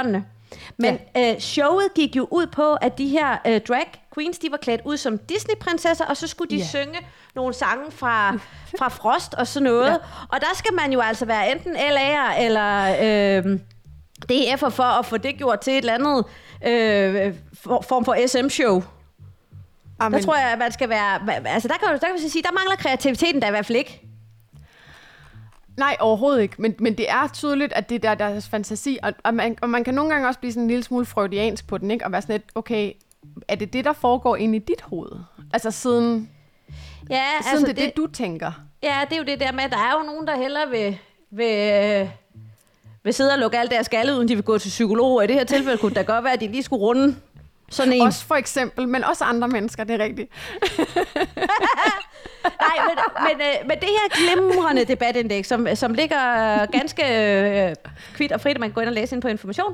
Men showet gik jo ud på, at de her drag queens, de var klædt ud som Disney-prinsesser, og så skulle de synge nogle sange fra Frost og sådan noget. Og der skal man jo altså være enten LA'er eller DF'er for at få det gjort til et eller andet form for SM-show. Amen. Der tror jeg, at man skal være... Altså, der kan man sige, der mangler kreativiteten der i hvert fald ikke. Nej, overhovedet ikke. Men det er tydeligt, at det er deres fantasi, og man kan nogle gange også blive sådan en lille smule freudiansk på den, ikke? Og være sådan lidt, okay, er det der foregår inde i dit hoved? Altså siden det, du tænker. Ja, det er jo det der med, at der er jo nogen, der hellere vil sidde og lukke alt deres skalle, uden de vil gå til psykolog. Og i det her tilfælde kunne det godt være, at de lige skulle runde sådan en. Også for eksempel, men også andre mennesker, det er rigtigt. Nej, men det her glimrende debatindeks, som ligger ganske kvidt og frit, man kan gå ind og læse ind på Information,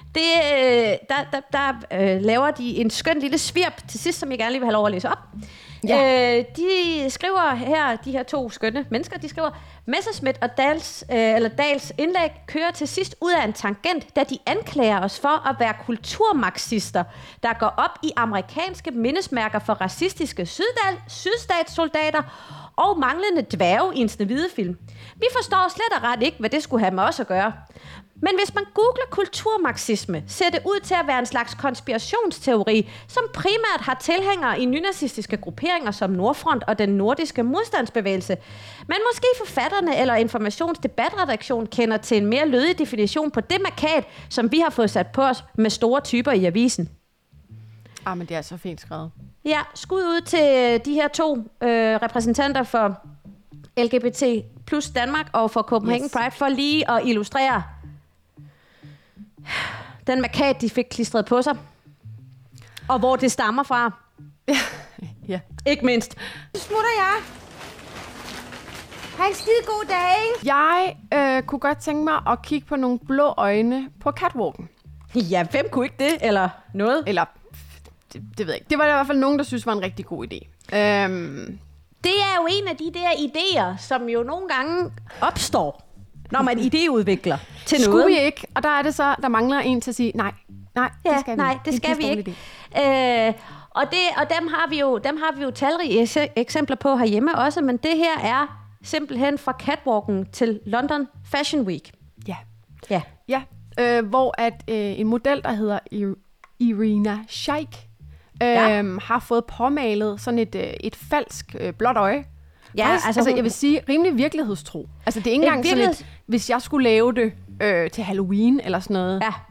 der laver de en skøn lille svirp til sidst, som jeg gerne lige vil have lov at læse op. Ja. De skriver her, de her to skønne mennesker, de skriver, Messerschmidt og Dahls indlæg kører til sidst ud af en tangent, da de anklager os for at være kulturmarxister, der går op i amerikanske mindesmærker for racistiske sydstatssoldater og manglende dværge i en Snehvide-film. Vi forstår slet og ret ikke, hvad det skulle have med os at gøre. Men hvis man googler kulturmarxisme, ser det ud til at være en slags konspirationsteori, som primært har tilhængere i nynazistiske grupperinger som Nordfront og den nordiske modstandsbevægelse. Men måske forfatterne eller Informationsdebatredaktion kender til en mere lødig definition på det markat, som vi har fået sat på os med store typer i avisen. Men det er så fint skrevet. Ja, skud ud til de her to repræsentanter for LGBT plus Danmark og for Copenhagen Pride, for lige at illustrere den markat, de fik klistret på sig. Og hvor det stammer fra. Ja. Ikke mindst. Så smutter jeg. Ha' en skide god dag. Jeg kunne godt tænke mig at kigge på nogle blå øjne på catwalken. Ja, hvem kunne ikke det? Eller noget? Eller, det ved jeg ikke. Det var i hvert fald nogen, der synes var en rigtig god idé. Det er jo en af de der idéer, som jo nogle gange opstår, når man idéudvikler til noget. Skulle vi ikke? Og der er det så, der mangler en til at sige, nej, det skal vi ikke. Og dem har vi jo talrige eksempler på herhjemme også, men det her er simpelthen fra catwalken til London Fashion Week. Ja. Hvor at en model, der hedder Irina Shayk, har fået påmalet sådan et falsk blåt øje. Ja, altså jeg vil sige, rimelig virkelighedstro. Altså det er ikke engang sådan et, hvis jeg skulle lave det til Halloween eller sådan noget. Ja.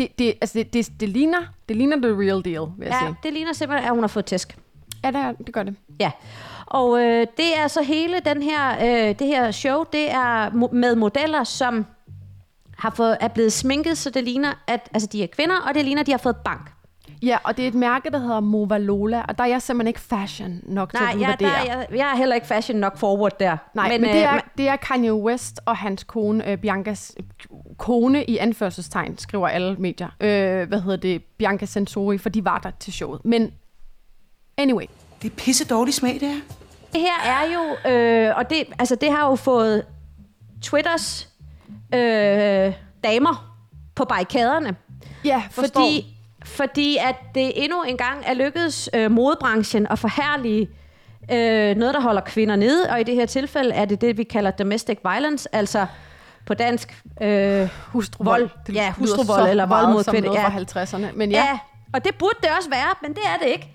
Det ligner the real deal, vil jeg sige. Det ligner simpelthen, at hun har fået tæsk. Ja, det gør det. Ja. Og det er så hele den her, det her show, det er med modeller, som er blevet sminket, så det ligner, at de er kvinder, og det ligner, at de har fået bank. Ja, og det er et mærke, der hedder Movalola, og der er jeg simpelthen ikke fashion nok til at vide, hvad det er. Jeg er heller ikke fashion nok forward der. Nej, men det er Kanye West og hans kone, Biancas kone i anførselstegn, skriver alle medier. Bianca Censori, for de var der til showet. Men anyway. Det er pisse dårlig smag, det er. Det her er jo, og det har jo fået Twitters damer på barrikaderne. Ja, Fordi at det endnu engang er lykkedes modebranchen at forherlige noget, der holder kvinder nede, og i det her tilfælde er det, vi kalder domestic violence, altså på dansk hustruvold. Ja, hustruvold eller vold mod kvinder. Ja, fra 50'erne. Men ja, og det burde det også være, men det er det ikke.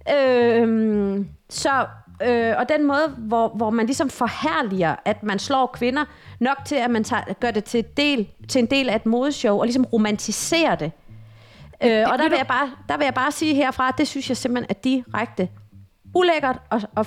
Og den måde, hvor man ligesom forherliger, at man slår kvinder, nok til, at man gør det til en del af et modeshow, og ligesom romantiserer det. Og der vil jeg bare sige herfra, det synes jeg simpelthen er direkte ulækkert.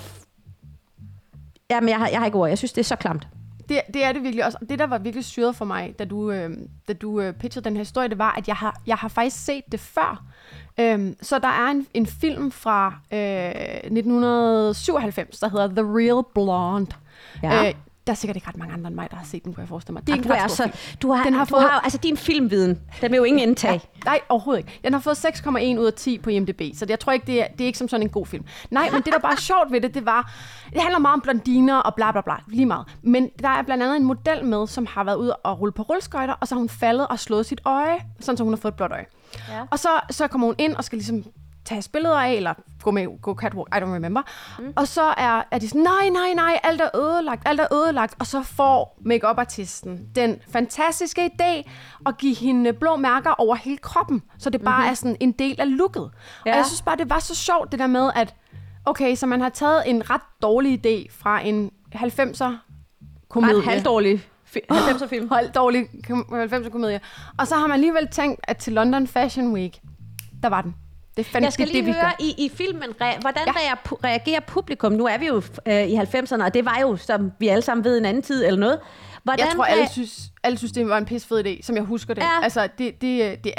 Jamen, jeg har ikke ord. Jeg synes, det er så klamt. Det er det virkelig også. Det, der var virkelig syret for mig, da du pitchede den her historie, det var, at jeg har faktisk set det før. Så der er en film fra 1997, der hedder The Real Blonde. Ja. Der er sikkert ikke ret mange andre end mig, der har set den, kunne jeg forestille mig. Det er Ej, ikke du ret er stor så, film. du har, Den har du fået- har, altså din filmviden, den vil jo ingen indtage. Ja, nej, overhovedet ikke. Den har fået 6,1 ud af 10 på IMDb, så jeg tror ikke, det er ikke som sådan en god film. Nej, men det, der bare er sjovt ved det, det handler meget om blondiner og bla bla bla, lige meget. Men der er blandt andet en model med, som har været ude og rulle på rulleskøjter, og så har hun faldet og slået sit øje, sådan så hun har fået et blåt øje. Ja. Og så kommer hun ind og skal ligesom tage billeder af, eller gå catwalk, I don't remember. Og så er de sådan, nej, alt er ødelagt. Og så får make-up-artisten den fantastiske idé at give hende blå mærker over hele kroppen, så det bare er sådan en del af looket. Ja. Og jeg synes bare, det var så sjovt, det der med, at okay, så man har taget en ret dårlig idé fra en 90'er komedie. Ret halvdårlig 90'er film. Halvdårlig 90'er komedie. Og så har man alligevel tænkt, at til London Fashion Week, der var den. Jeg skal lige høre, i filmen, hvordan reagerer publikum? Nu er vi jo i 90'erne, og det var jo, som vi alle sammen ved, en anden tid eller noget. Jeg tror, alle synes, det var en pissefed idé, som jeg husker det. Ja. Altså, det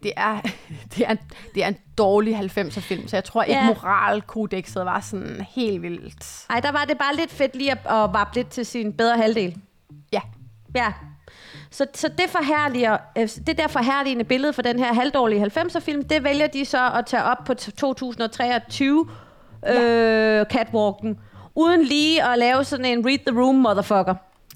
er en dårlig 90'er film, så jeg tror ikke, moralkodekset var sådan helt vildt. Nej, der var det bare lidt fedt lige at vappe lidt til sin bedre halvdel. Ja. Ja. Så det der forherligende billede for den her halvdårlige 90'er-film, det vælger de så at tage op på 2023 catwalken, uden lige at lave sådan en read the room motherfucker.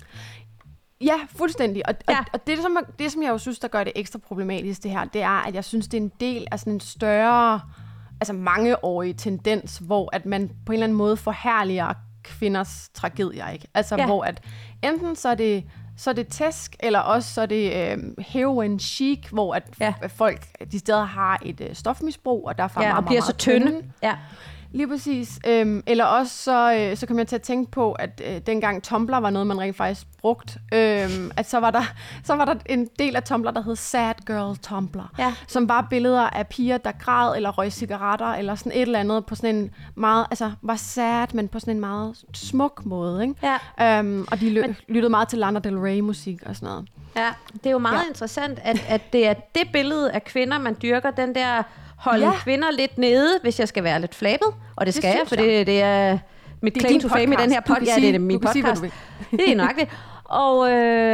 Ja, fuldstændig. Og det, som jeg jo synes, der gør det ekstra problematisk, det her, det er, at jeg synes, det er en del af sådan en større, altså mangeårig tendens, hvor at man på en eller anden måde forherliger kvinders tragedier, ikke? Altså, hvor at enten så er det tæsk, eller også så er det heroin chic, hvor at folk de steder har et stofmisbrug, og derfor og bliver så tynde. Ja. Lige præcis. Eller også så kom jeg til at tænke på, at dengang Tumblr var noget, man rent faktisk brugt, at så var der en del af Tumblr, der hed Sad Girl Tumblr, som var billeder af piger, der græd eller røg cigaretter, eller sådan et eller andet på sådan en meget, altså var sad, men på sådan en meget smuk måde, ikke? Ja. Og de lyttede meget til Lana Del Rey musik og sådan noget. Ja, det er jo meget interessant, at det er det billede af kvinder, man dyrker, den der holde kvinder lidt nede, hvis jeg skal være lidt flabet. Og det skal jeg, for det er mit claim to fame i den her podcast. Ja, det er min podcast. Det er nok det. Og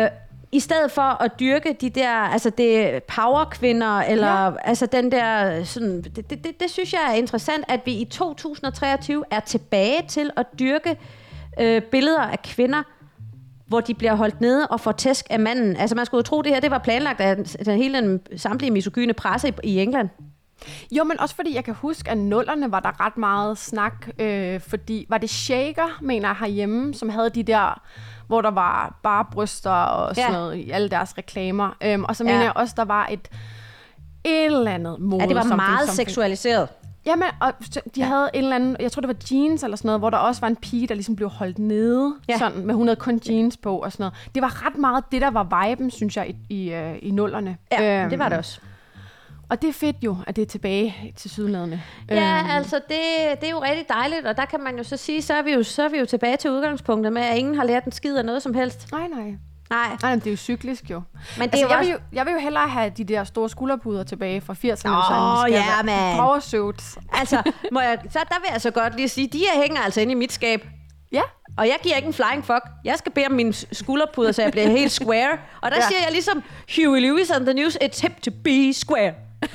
i stedet for at dyrke de der, altså det powerkvinder, eller altså den der, sådan, det synes jeg er interessant, at vi i 2023 er tilbage til at dyrke billeder af kvinder, hvor de bliver holdt nede og får tæsk af manden. Altså man skulle jo tro, det her det var planlagt af hele den samtlige misogyne presse i England. Jo, men også fordi jeg kan huske, at 00'erne var der ret meget snak, fordi var det Shaker, mener jeg, herhjemme, som havde de der, hvor der var bare bryster og sådan noget i alle deres reklamer. Og så mener jeg også, der var et eller andet mode. Ja, det var meget seksualiseret. Jamen, og de havde en eller anden, jeg tror det var jeans eller sådan noget, hvor der også var en pige, der ligesom blev holdt nede, sådan, med hun havde kun jeans på og sådan noget. Det var ret meget det, der var viben, synes jeg, i 00'erne. Ja, det var det også. Og det er fedt jo, at det er tilbage til sydlandene. Ja, altså det er jo rigtig dejligt, og der kan man jo så sige, så er vi jo tilbage til udgangspunktet med, at ingen har lært en skid af noget som helst. Nej, det er jo cyklisk jo. Men det altså, jeg vil jo hellere have de der store skulderpuder tilbage fra 80'erne. Powersuits. Altså, der vil jeg så godt lige sige, de her hænger altså inde i mit skab. Ja. Og jeg giver ikke en flying fuck. Jeg skal bede om mine skulderpuder, så jeg bliver helt square. Og der siger jeg ligesom Huey Lewis on the news, it's hip to be square.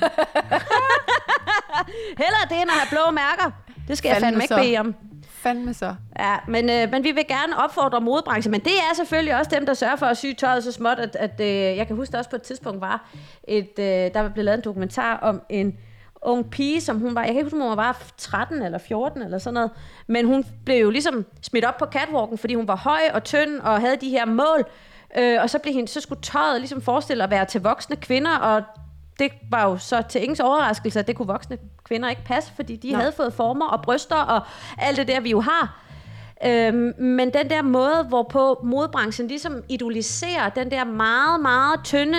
Hellere det, end at have blå mærker. Det skal jeg fandme ikke bede om. Fandme så. Ja, men vi vil gerne opfordre modebranchen, men det er selvfølgelig også dem, der sørger for at sy tøjet så småt, at jeg kan huske, der også på et tidspunkt var der blev lavet en dokumentar om en ung pige, som hun var, jeg kan ikke huske, om hun var 13 eller 14 eller sådan noget, men hun blev jo ligesom smidt op på catwalken, fordi hun var høj og tynd og havde de her mål, og så skulle tøjet ligesom forestille at være til voksne kvinder, og det var jo så til ingens overraskelse, at det kunne voksne kvinder ikke passe, fordi de havde fået former og bryster og alt det der, vi jo har. Men den der måde, hvorpå modebranchen ligesom idoliserer den der meget, meget tynde,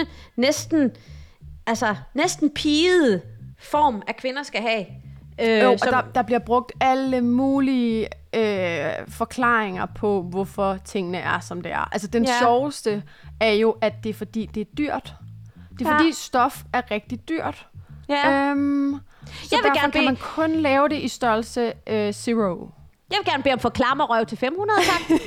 næsten pigede form, at kvinder skal have. Og der bliver brugt alle mulige forklaringer på, hvorfor tingene er, som det er. Altså den sjoveste er jo, at det er fordi, det er dyrt. Det er fordi stof er rigtig dyrt. Ja. Så derfor kan man kun lave det i størrelse 0. Jeg vil gerne bede om forklammerrøv til 500, tak.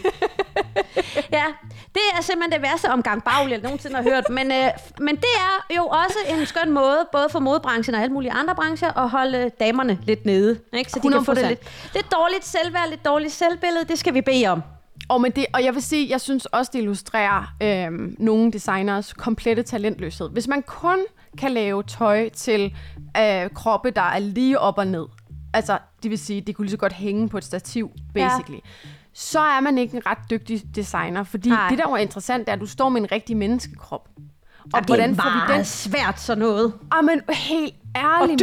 Ja, det er simpelthen det værste omgang bagl, jeg nogensinde har hørt. Men det er jo også en skøn måde, både for modebranchen og alle mulige andre brancher, at holde damerne lidt nede. Ikke? Så de 100%. Kan få det lidt dårligt selvværd, lidt dårligt selvbillede. Det skal vi bede om. Og jeg vil sige, jeg synes også, det illustrerer nogle designers komplette talentløshed. Hvis man kun kan lave tøj til kroppe, der er lige op og ned, altså det vil sige, det kunne lige så godt hænge på et stativ, basically, så er man ikke en ret dygtig designer. Fordi det, der var interessant, er, at du står med en rigtig menneskekrop. Og hvordan får vi den? Svært sådan noget. Men helt ærligt,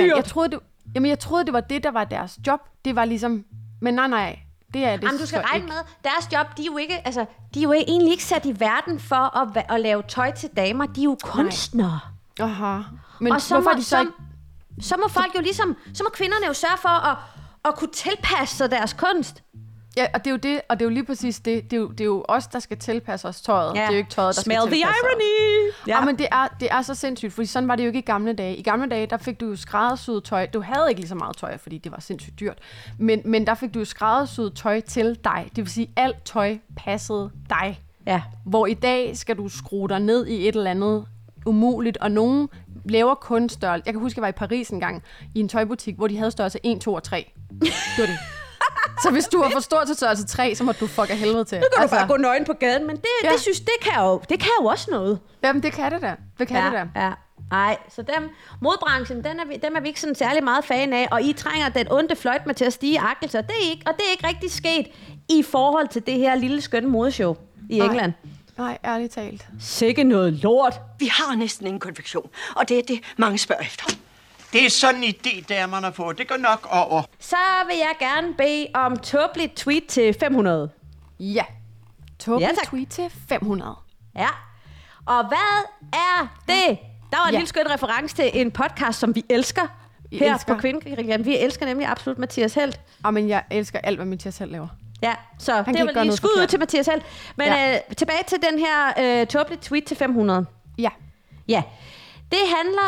jeg troede, det var det, der var deres job. Det var ligesom, men nej. Det er det. Jamen, du skal regne med, deres job, de er jo egentlig ikke sat i verden for at lave tøj til damer. De er jo kunstnere. Aha. Men og hvorfor er de så ikke... Så må folk jo ligesom, så må kvinderne jo sørge for at kunne tilpasse sig deres kunst. Ja, og det er jo det, og det er jo lige præcis det. Det er jo os, der skal tilpasse os tøjet. Ja. Det er jo ikke tøjet, der Smell skal tilpasse the irony! Os. Ja, men det er så sindssygt, fordi sådan var det jo ikke i gamle dage. I gamle dage, der fik du jo skræddersyet tøj. Du havde ikke lige så meget tøj, fordi det var sindssygt dyrt. Men der fik du jo skræddersyet tøj til dig. Det vil sige, alt tøj passede dig. Ja. Hvor i dag skal du skrue dig ned i et eller andet umuligt, og nogen laver kun størrelse. Jeg kan huske, jeg var i Paris en gang i en tøjbutik, hvor de havde størrelse 1, 2 og 3. Det var det. Så hvis du har for stor til størrelse 3, så må du fuck af helvede til. Nu kan du bare gå nøgen på gaden, men det synes det kan jo også noget. Jamen det kan det da. Det da. Ja. Ej, så modbranchen, dem er vi ikke sådan særlig meget fan af, og I trænger den onde fløjt med til at stige akkelser. Det er ikke rigtig sket i forhold til det her lille skønne modeshow i England. Nej, ærligt talt. Sikke noget lort. Vi har næsten ingen konfektion, og det er det, mange spørger efter. Det er sådan en idé, damerne får. Det går nok over. Så vil jeg gerne bede om tåbeligt tweet til 500. Ja. Tåbeligt tweet til 500. Ja. Og hvad er det? Der var en lille skøn reference til en podcast, som vi elsker på Kvindekrigen. Vi elsker nemlig absolut Mathias Helt. Men jeg elsker alt, hvad Mathias Helt laver. Ja, så det var lige skud ud til Mathias Helt. Men tilbage til den her tåbeligt tweet til 500. Ja. Ja. Det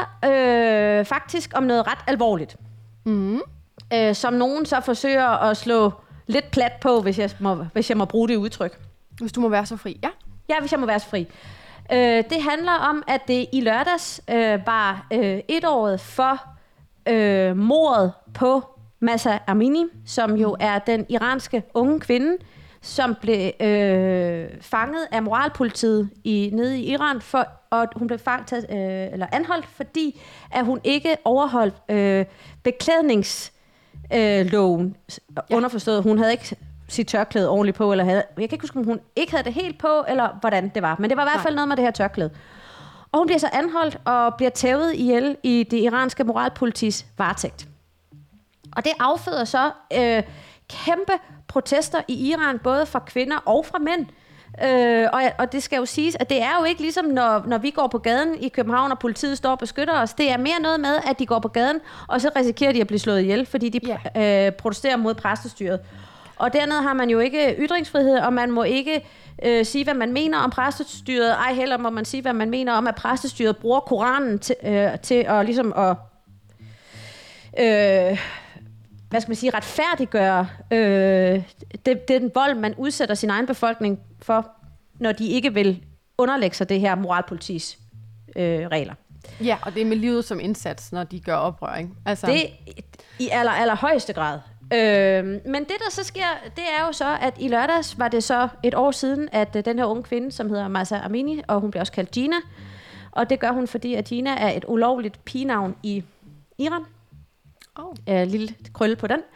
handler faktisk om noget ret alvorligt. Som nogen så forsøger at slå lidt plat på, hvis jeg må bruge det udtryk. Hvis du må være så fri, ja. Ja, hvis jeg må være så fri. Det handler om, at det i lørdags var 1-året for mordet på Mahsa Amini, som jo er den iranske unge kvinde, som blev fanget af moralpolitiet nede i Iran, og hun blev anholdt, fordi at hun ikke overholdt beklædningsloven. Underforstået, hun havde ikke sit tørklæde ordentligt på, eller jeg kan ikke huske, om hun ikke havde det helt på, eller hvordan det var. Men det var i hvert fald noget med det her tørklæde. Og hun bliver så anholdt og bliver tævet ihjel i det iranske moralpolitis varetægt. Og det afføder så kæmpe protester i Iran, både fra kvinder og fra mænd. Og det skal jo siges, at det er jo ikke ligesom, når vi går på gaden i København, og politiet står og beskytter os. Det er mere noget med, at de går på gaden, og så risikerer de at blive slået ihjel, fordi de protesterer mod præstestyret. Og dernede har man jo ikke ytringsfrihed, og man må ikke sige, hvad man mener om præstestyret. Ej heller må man sige, hvad man mener om, at præstestyret bruger Koranen til at ligesom at retfærdiggøre den vold, man udsætter sin egen befolkning for, når de ikke vil underlægge sig det her moralpolitis regler. Ja, og det er med livet som indsats, når de gør oprør, ikke? Altså. Det i allerhøjeste grad. Men det, der så sker, det er jo så, at i lørdags var det så et år siden, at den her unge kvinde, som hedder Mahsa Amini, og hun bliver også kaldt Gina, og det gør hun, fordi at Gina er et ulovligt pigenavn i Iran. Lille krølle på den.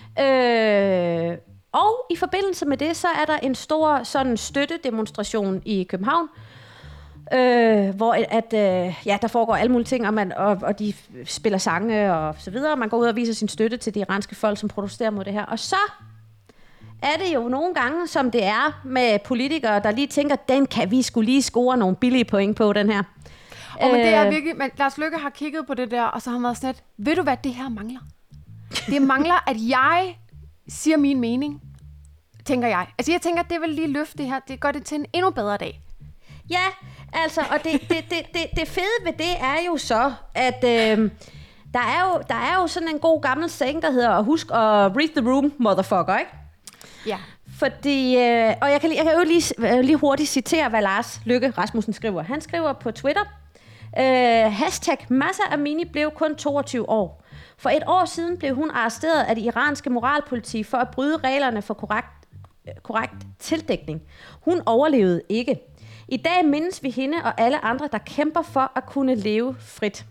Og i forbindelse med det, så er der en stor sådan støttedemonstration i København, hvor der foregår alle mulige ting, og de spiller sange og så videre. Man går ud og viser sin støtte til de iranske folk, som protesterer mod det her. Og så er det jo nogle gange, som det er med politikere, der lige tænker, den kan vi skulle lige score nogle billige point på, den her. Men det er virkelig, men Lars Løkke har kigget på det der, og så har han været sådan lidt, ved du hvad det her mangler? Det mangler, at jeg siger min mening, tænker jeg. Altså jeg tænker, det vil lige løfte det her, det gør det til en endnu bedre dag. Ja, altså, og det fede ved det er jo så, at der er jo sådan en god gammel saying, der hedder, husk at read the room, motherfucker, ikke? Ja. Fordi, og jeg kan jo lige hurtigt citere, hvad Lars Løkke Rasmussen skriver. Han skriver på Twitter, hashtag Mahsa Amini blev kun 22 år. For et år siden blev hun arresteret af det iranske moralpoliti for at bryde reglerne for korrekt tildækning. Hun overlevede ikke. I dag mindes vi hende og alle andre, der kæmper for at kunne leve frit.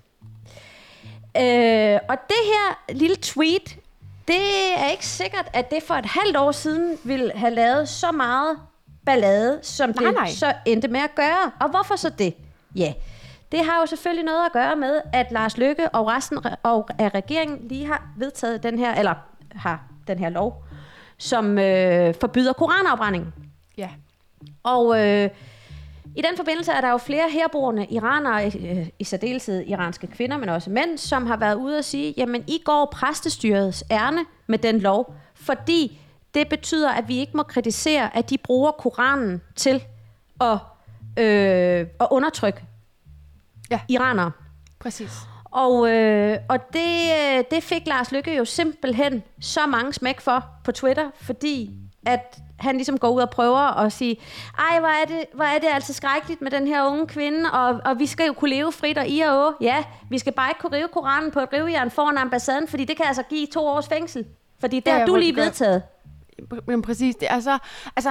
Og det her lille tweet, det er ikke sikkert, at det for et halvt år siden ville have lavet så meget ballade, som det så endte med at gøre. Og hvorfor så det? Ja, det har jo selvfølgelig noget at gøre med, at Lars Løkke og resten af regeringen lige har vedtaget den her, eller har den her lov, som forbyder koranafbrænding. Ja. Og i den forbindelse er der jo flere herboende iranere, i særdeleshed iranske kvinder, men også mænd, som har været ude og sige, jamen I går præstestyrets ærne med den lov, fordi det betyder, at vi ikke må kritisere, at de bruger Koranen til at undertrykke iranere. Præcis. Og det fik Lars Løkke jo simpelthen så mange smæk for på Twitter, fordi at han ligesom går ud og prøver at sige, ej, hvor er det altså skrækkeligt med den her unge kvinde, og vi skal jo kunne leve frit, og ja, vi skal bare ikke kunne rive Koranen på et rivejern foran ambassaden, fordi det kan altså give 2 års fængsel. Fordi det har du lige vedtaget. Men præcis, det er altså,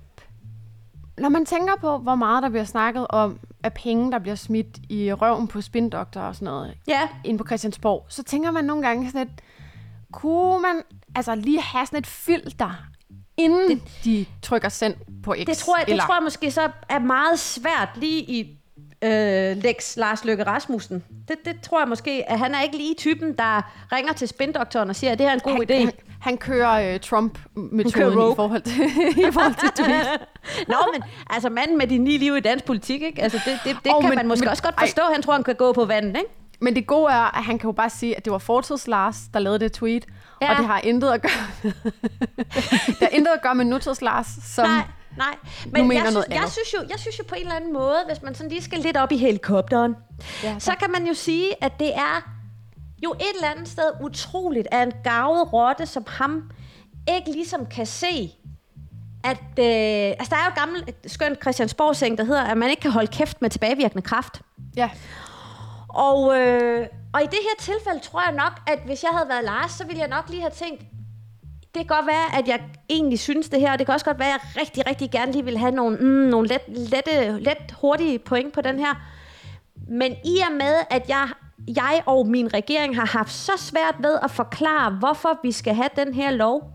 når man tænker på, hvor meget der bliver snakket om, at penge, der bliver smidt i røven på spindoktor og sådan noget, inde på Christiansborg, så tænker man nogle gange sådan et, kunne man altså lige have sådan et filter, inden de trykker send på X? Det tror jeg måske så er meget svært lige i Lex Lars Løkke Rasmussen. Det tror jeg måske, at han er ikke lige typen, der ringer til spindoktoren og siger, at det her er en god idé. Han kører Trump-metoden i forhold til tweet. Nå, men altså manden med de 9 liv i dansk politik, ikke? Altså, det kan man måske også godt forstå. Han tror, han kan gå på vandet, ikke? Men det gode er, at han kan jo bare sige, at det var fortids Lars, der lavede det tweet, og det har intet at gøre det har intet at gøre med nutids Lars, som Nej, men jeg synes jo på en eller anden måde, hvis man sådan lige skal lidt op i helikopteren, så kan man jo sige, at det er jo et eller andet sted utroligt, at en garvet rotte som ham ikke ligesom kan se, at altså der er jo gammel skønt Christiansborg-seng, der hedder, at man ikke kan holde kæft med tilbagevirkende kraft. Ja. Og i det her tilfælde tror jeg nok, at hvis jeg havde været Lars, så ville jeg nok lige have tænkt, det kan godt være, at jeg egentlig synes det her, og det kan også godt være, at jeg rigtig, rigtig gerne lige vil have nogle let hurtige point på den her. Men i og med, at jeg og min regering har haft så svært ved at forklare, hvorfor vi skal have den her lov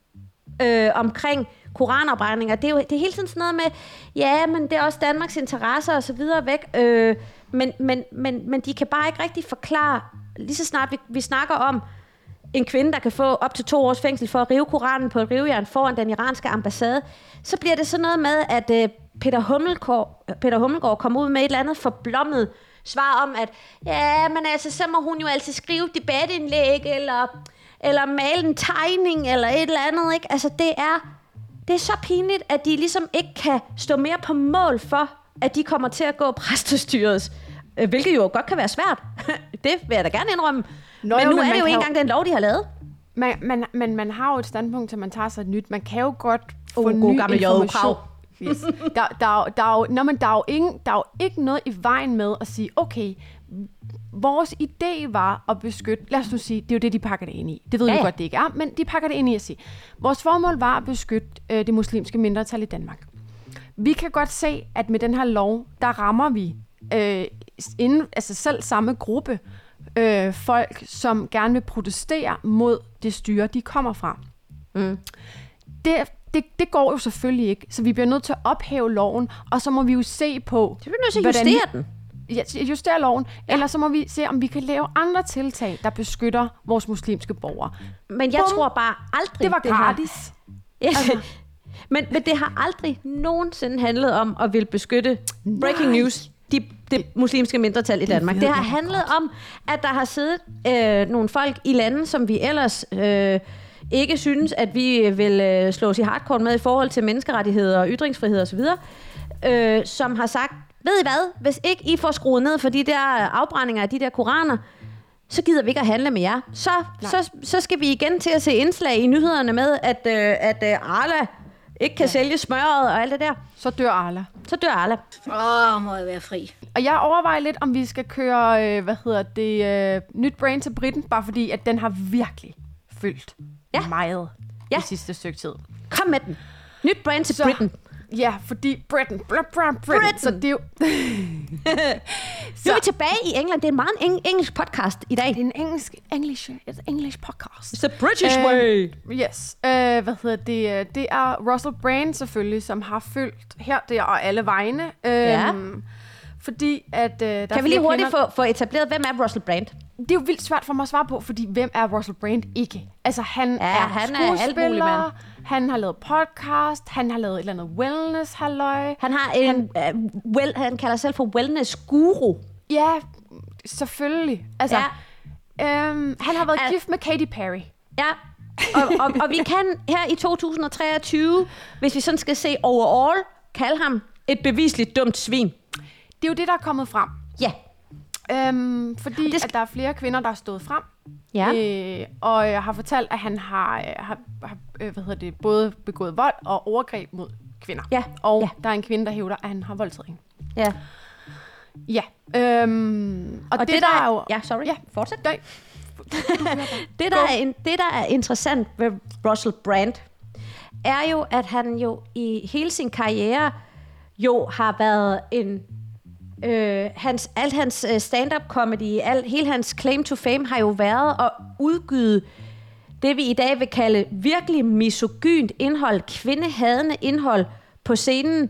omkring koranafbrændinger. Det er hele tiden sådan noget med, ja, men det er også Danmarks interesser og så videre væk. Men de kan bare ikke rigtig forklare, lige så snart vi snakker om en kvinde, der kan få op til 2 års fængsel for at rive Koranen på et rivejern foran den iranske ambassade, så bliver det sådan noget med, at Peter Hummelgaard kommer ud med et eller andet forblommet svar om, at ja, men altså, så må hun jo altså skrive debatindlæg, eller male en tegning, eller et eller andet, ikke? Altså, det er så pinligt, at de ligesom ikke kan stå mere på mål for, at de kommer til at gå præstestyrets, hvilket jo godt kan være svært. Det vil jeg da gerne indrømme. Men nu er det jo ikke engang den lov, de har lavet. Men man har jo et standpunkt, til man tager sig et nyt. Man kan jo godt få ny information. Yes. Der er jo ikke noget i vejen med at sige, okay, vores idé var at beskytte, lad os nu sige, det er jo det, de pakker det ind i. Det ved vi godt, det ikke er, men de pakker det ind i at sige, vores formål var at beskytte det muslimske mindretal i Danmark. Vi kan godt se, at med den her lov, der rammer vi selv samme gruppe folk, som gerne vil protestere mod det styre, de kommer fra. Mm. Det går jo selvfølgelig ikke, så vi bliver nødt til at ophæve loven, og så må vi jo se på... Så bliver nødt til at justere den. Justere loven, eller så må vi se, om vi kan lave andre tiltag, der beskytter vores muslimske borgere. Men jeg tror bare aldrig... Det var gratis. Men det har aldrig nogensinde handlet om at ville beskytte breaking news, det muslimske mindretal i Danmark. Det har handlet om, at der har siddet nogle folk i lande, som vi ellers ikke synes, at vi vil slå os i hardcore med i forhold til menneskerettigheder og ytringsfrihed osv., som har sagt, ved I hvad, hvis ikke I får skruet ned for de der afbrændinger af de der koraner, så gider vi ikke at handle med jer. Så skal vi igen til at se indslag i nyhederne med, at Arla ikke kan sælge smøret og alt det der. Så dør Arla. Må jeg være fri. Og jeg overvejer lidt, om vi skal køre, nyt brand til Britten, bare fordi, at den har virkelig fyldt meget det sidste stykke tid. Kom med den. Nyt brand til Britten. Ja, fordi Britain. Så det er jo... Nu er vi tilbage i England. Det er en meget engelsk podcast i dag. Det er en English podcast. It's the British way. Yes. Det er Russell Brand selvfølgelig, som har fyldt her, der og alle vegne. Fordi at... der kan vi lige hurtigt få etableret, hvem er Russell Brand? Det er jo vildt svært for mig at svare på, fordi hvem er Russell Brand ikke? Altså, han er skuespiller, han har lavet podcast, han har lavet et eller andet wellness-halløj. Han har han kalder sig selv for wellness-guru. Ja, selvfølgelig. Altså, han har været gift med Katy Perry. Ja, og vi kan her i 2023, hvis vi sådan skal se overall, kalde ham et bevisligt dumt svin. Det er jo det, der er kommet frem. Ja. Fordi at der er flere kvinder, der er stået frem. Ja. Og jeg har fortalt, at han har både begået vold og overgreb mod kvinder. Ja. Og der er en kvinde, der hævder, at han har voldtaget hende. Ja. Ja. Og det der er jo... Ja, sorry. Ja, fortsæt. Det der er interessant ved Russell Brand, er jo, at han jo i hele sin karriere jo har været en... Alt hans stand-up comedy, hele hans claim to fame har jo været at udgyde det, vi i dag vil kalde virkelig misogynt indhold, kvindehadende indhold på scenen,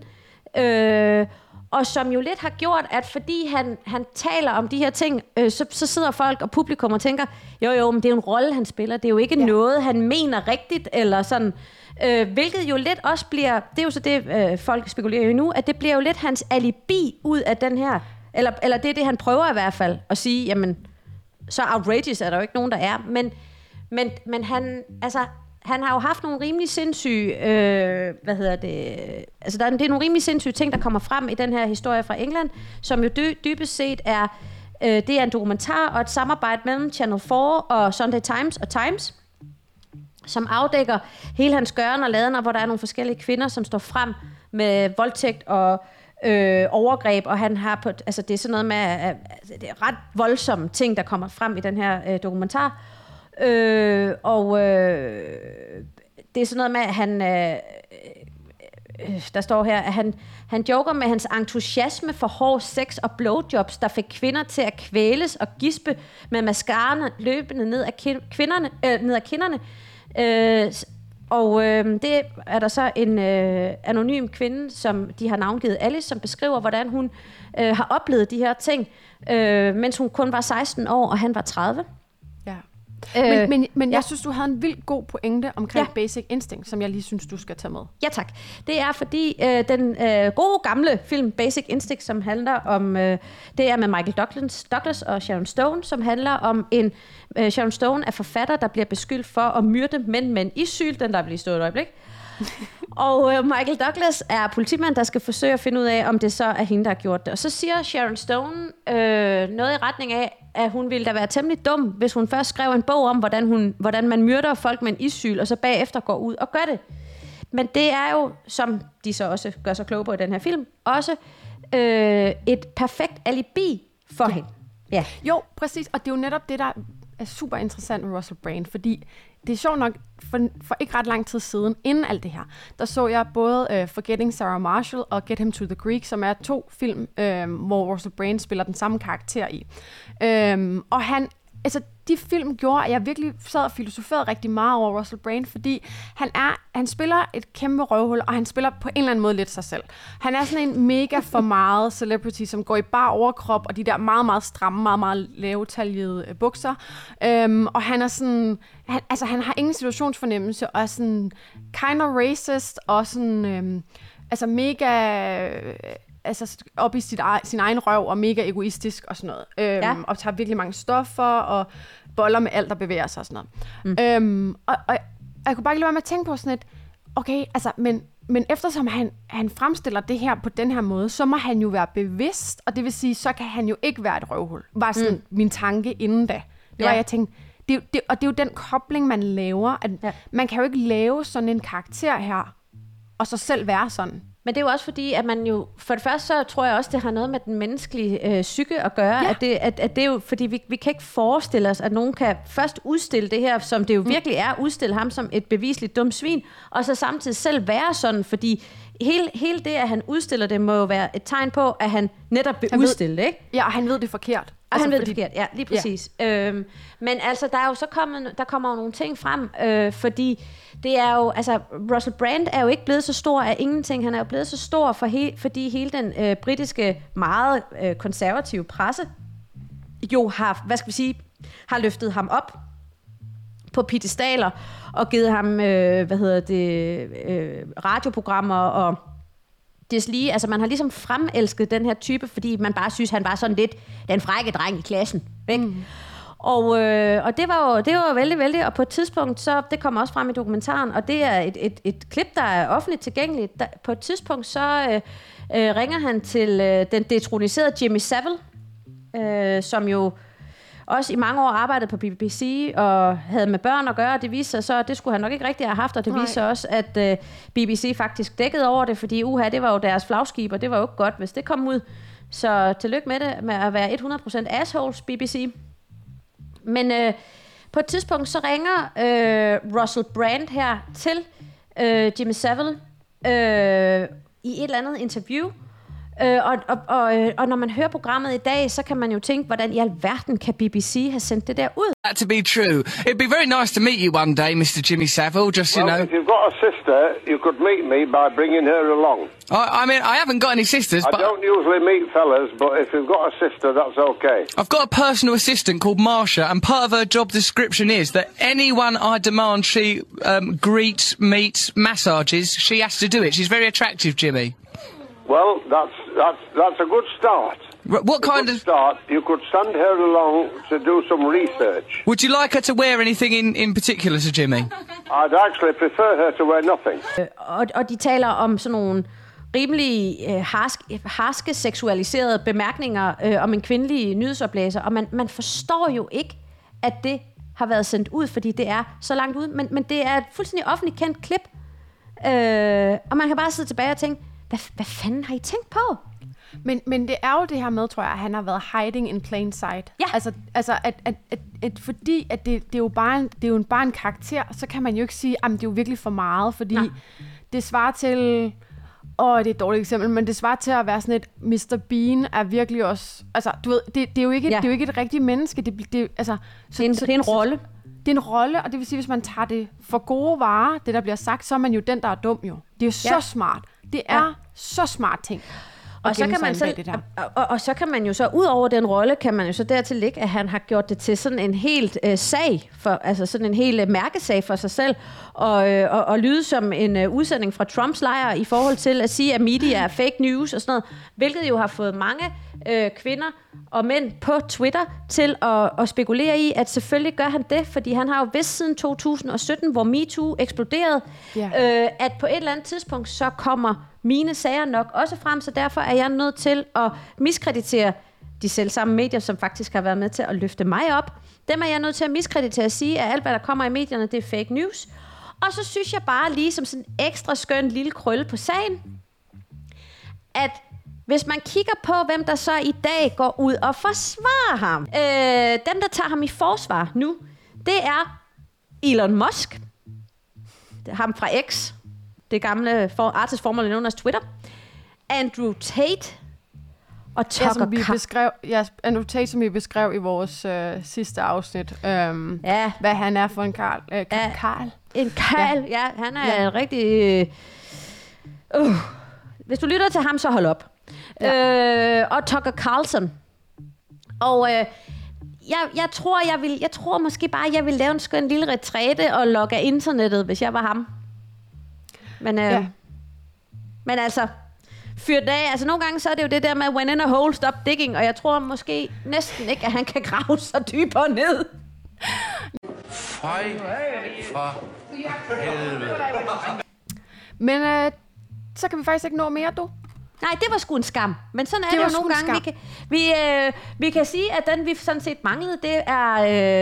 og som jo lidt har gjort, at fordi han taler om de her ting, så sidder folk og publikum og tænker, jo, men det er jo en rolle, han spiller, det er jo ikke noget, han mener rigtigt, eller sådan. Hvilket jo lidt også bliver, det er jo så det, folk spekulerer i nu, at det bliver jo lidt hans alibi ud af den her, eller det er det, han prøver i hvert fald at sige, jamen, så outrageous er der jo ikke nogen, der er, men han har jo haft nogle rimelig sindssyge, det er nogle rimelig sindssyge ting, der kommer frem i den her historie fra England, som jo dybest set er, det er en dokumentar og et samarbejde mellem Channel 4 og Sunday Times og Times, som afdækker hele hans gøren og laden, og hvor der er nogle forskellige kvinder, som står frem med voldtægt og overgreb, og han har det er sådan noget med, det er ret voldsomme ting, der kommer frem i den her dokumentar. Det er sådan noget med, at han der står her, at han joker med hans entusiasme for hård sex og blowjobs, der fik kvinder til at kvæles og gispe med mascaraerne løbende ned af kinderne. Det er der så en anonym kvinde, som de har navngivet Alice, som beskriver, hvordan hun har oplevet de her ting, mens hun kun var 16 år, og han var 30. Ja. Men jeg synes, du havde en vildt god pointe omkring Basic Instinct, som jeg lige synes, du skal tage med. Ja, tak. Det er fordi den gode gamle film Basic Instinct, som handler om, det er med Michael Douglas og Sharon Stone, som handler om Sharon Stone er forfatter, der bliver beskyldt for at myrde mænd med en isyl, den der bliver stået et øjeblik. Og Michael Douglas er politimand, der skal forsøge at finde ud af, om det så er hende, der har gjort det. Og så siger Sharon Stone noget i retning af, at hun ville da være temmelig dum, hvis hun først skrev en bog om, hvordan man myrder folk med en isyl, og så bagefter går ud og gør det. Men det er jo, som de så også gør sig kloge på i den her film, også et perfekt alibi for hende. Ja. Jo, præcis. Og det er jo netop det, der er super interessant med Russell Brand, fordi det er sjovt nok, for ikke ret lang tid siden, inden alt det her, der så jeg både Forgetting Sarah Marshall og Get Him to the Greek, som er 2 film, hvor Russell Brand spiller den samme karakter i. Og de film gjorde, at jeg virkelig sad og filosoferede rigtig meget over Russell Brand, fordi han spiller et kæmpe røvhul, og han spiller på en eller anden måde lidt sig selv. Han er sådan en mega for meget celebrity, som går i bar overkrop, og de der meget, meget stramme, meget, meget lavetaljede bukser. Og han er sådan, han har ingen situationsfornemmelse, og er sådan kind of racist, og sådan, mega... op i sin egen røv og mega egoistisk og sådan noget. Og tager virkelig mange stoffer og boller med alt, der bevæger sig og sådan noget. Og jeg kunne bare ikke lade være med at tænke på sådan et, okay, men eftersom han fremstiller det her på den her måde, så må han jo være bevidst, og det vil sige, så kan han jo ikke være et røvhul. Var sådan min tanke inden da. Det var, jeg tænkte, og det er jo den kobling, man laver. At man kan jo ikke lave sådan en karakter her, og så selv være sådan. Men det er jo også fordi, at man jo... For det første, så tror jeg også, det har noget med den menneskelige psyke at gøre. Ja. At det er jo... Fordi vi kan ikke forestille os, at nogen kan først udstille det her, som det jo virkelig er, udstille ham som et bevisligt dumt svin, og så samtidig selv være sådan, fordi hele det, at han udstiller det, må jo være et tegn på, at han netop vil udstille det, ikke? Ja, og han ved det forkert. Og han ved det forkert, ja, lige præcis. Ja. Men altså, der er jo så der kommer jo nogle ting frem, fordi det er jo, altså, Russell Brand er jo ikke blevet så stor af ingenting. Han er jo blevet så stor, fordi hele den britiske, meget konservative presse jo har, har løftet ham op på piedestaler og givet ham, radioprogrammer og deslige. Altså, man har ligesom fremelsket den her type, fordi man bare synes, han var sådan lidt den frække dreng i klassen, ikke? Mm. Og det var jo vældig, vældig, og på et tidspunkt, så det kommer også frem i dokumentaren, og det er et klip, der er offentligt tilgængeligt. På et tidspunkt, så ringer han til den detroniserede Jimmy Savile, som jo også i mange år arbejdede på BBC og havde med børn at gøre. Det viste sig så, at det skulle han nok ikke rigtig have haft, og det viste sig også, at BBC faktisk dækkede over det, fordi det var jo deres flagskib, og det var jo ikke godt, hvis det kom ud. Så tillykke med det, med at være 100% assholes, BBC. Men på et tidspunkt, så ringer Russell Brand her til Jimmy Savile i et eller andet interview. Og når man hører programmet i dag, så kan man jo tænke, hvordan i alverden kan BBC have sendt det der ud? That to be true. It'd be very nice to meet you one day, Mr. Jimmy Savile, just, you know. If you've got a sister, you could meet me by bringing her along. I mean, I haven't got any sisters, but... I don't usually meet fellas, but if you've got a sister, that's okay. I've got a personal assistant called Marsha, and part of her job description is that anyone I demand she greets, meets, massages, she has to do it. She's very attractive, Jimmy. Well, that's a good start. What kind of start? You could send her along to do some research. Would you like her to wear anything in particular, Sir Jimmy? I'd actually prefer her to wear nothing. Og de taler om sådan nogle rimelig harske seksualiserede bemærkninger om en kvindelig nyhedsoplæser, og man forstår jo ikke, at det har været sendt ud, fordi det er så langt ud, men det er et fuldstændig offentligt kendt klip, og man kan bare sidde tilbage og tænke, hvad fanden har I tænkt på? Men det er jo det her med, tror jeg, at han har været hiding in plain sight. Ja. Altså at fordi at det er jo bare en karakter, så kan man jo ikke sige, at det er jo virkelig for meget, fordi det svarer til, det er et dårligt eksempel, men det svarer til at være sådan et Mr. Bean er virkelig også, altså du ved, det er jo ikke, det er jo ikke et rigtigt menneske, det er en rolle. Det er en rolle, og det vil sige, hvis man tager det for gode varer, det der bliver sagt, så er man jo den, der er dum jo. Det er jo så smart. Det er så smart ting. Og så kan man jo så ud over den rolle, kan man jo så dertil lægge, at han har gjort det til sådan en helt sag, altså sådan en hel mærkesag for sig selv, og lyde som en udsending fra Trumps lejr i forhold til at sige, at media er fake news og sådan noget, hvilket jo har fået mange kvinder og mænd på Twitter til at spekulere i, at selvfølgelig gør han det, fordi han har jo vidst siden 2017, hvor MeToo eksploderede, at på et eller andet tidspunkt, så kommer mine sager nok også frem, så derfor er jeg nødt til at miskreditere de selvsamme medier, som faktisk har været med til at løfte mig op. Dem er jeg nødt til at miskreditere og sige, at alt, hvad der kommer i medierne, det er fake news. Og så synes jeg bare lige som sådan en ekstra skøn lille krølle på sagen, at hvis man kigger på, hvem der så i dag går ud og forsvarer ham, dem, der tager ham i forsvar nu, det er Elon Musk, det er ham fra X, det gamle artist formerly known as Twitter, Andrew Tate og Tucker Andrew Tate, som vi beskrev i vores sidste afsnit, hvad han er for en Karl. Karl? En Karl, han er en rigtig... Hvis du lytter til ham, så hold op. Og Tucker Carlson. Og jeg tror måske bare, jeg vil lave en skøn lille retræte og logge af internettet, hvis jeg var ham. Men altså, fyr dag, altså nogle gange så er det jo det der med, when in a hole, stop digging, og jeg tror måske næsten ikke, at han kan grave så dybere ned. Fej for helvede. Men så kan vi faktisk ikke nå mere, du. Nej, det var sgu en skam. Men sådan er Det det var jo nogle sgu en gange. Vi kan sige, at den, vi sådan set manglede, det er...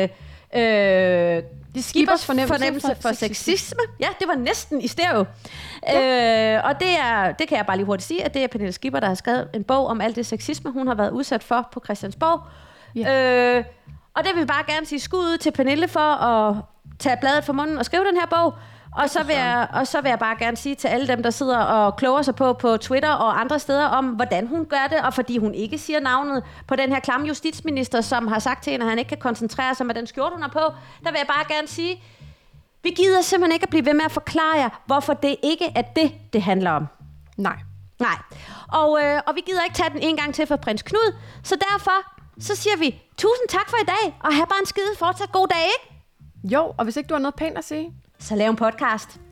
Skippers fornemmelse for sexisme. Ja, det var næsten i stereo. Og det kan jeg bare lige hurtigt sige, at det er Pernille Skipper, der har skrevet en bog om alt det sexisme, hun har været udsat for på Christiansborg. Ja. Og det vil vi bare gerne sige skud ud til Pernille for at tage bladet fra munden og skrive den her bog. Og så vil jeg bare gerne sige til alle dem, der sidder og kloger sig på Twitter og andre steder om, hvordan hun gør det, og fordi hun ikke siger navnet på den her klamme justitsminister, som har sagt til hende, at han ikke kan koncentrere sig med den skjorte, hun har på, der vil jeg bare gerne sige, vi gider simpelthen ikke at blive ved med at forklare jer, hvorfor det ikke er det handler om. Nej. Og vi gider ikke tage den en gang til for prins Knud, så derfor så siger vi tusind tak for i dag, og have bare en skide fortsat god dag, ikke? Jo, og hvis ikke du har noget pænt at sige, så lav en podcast.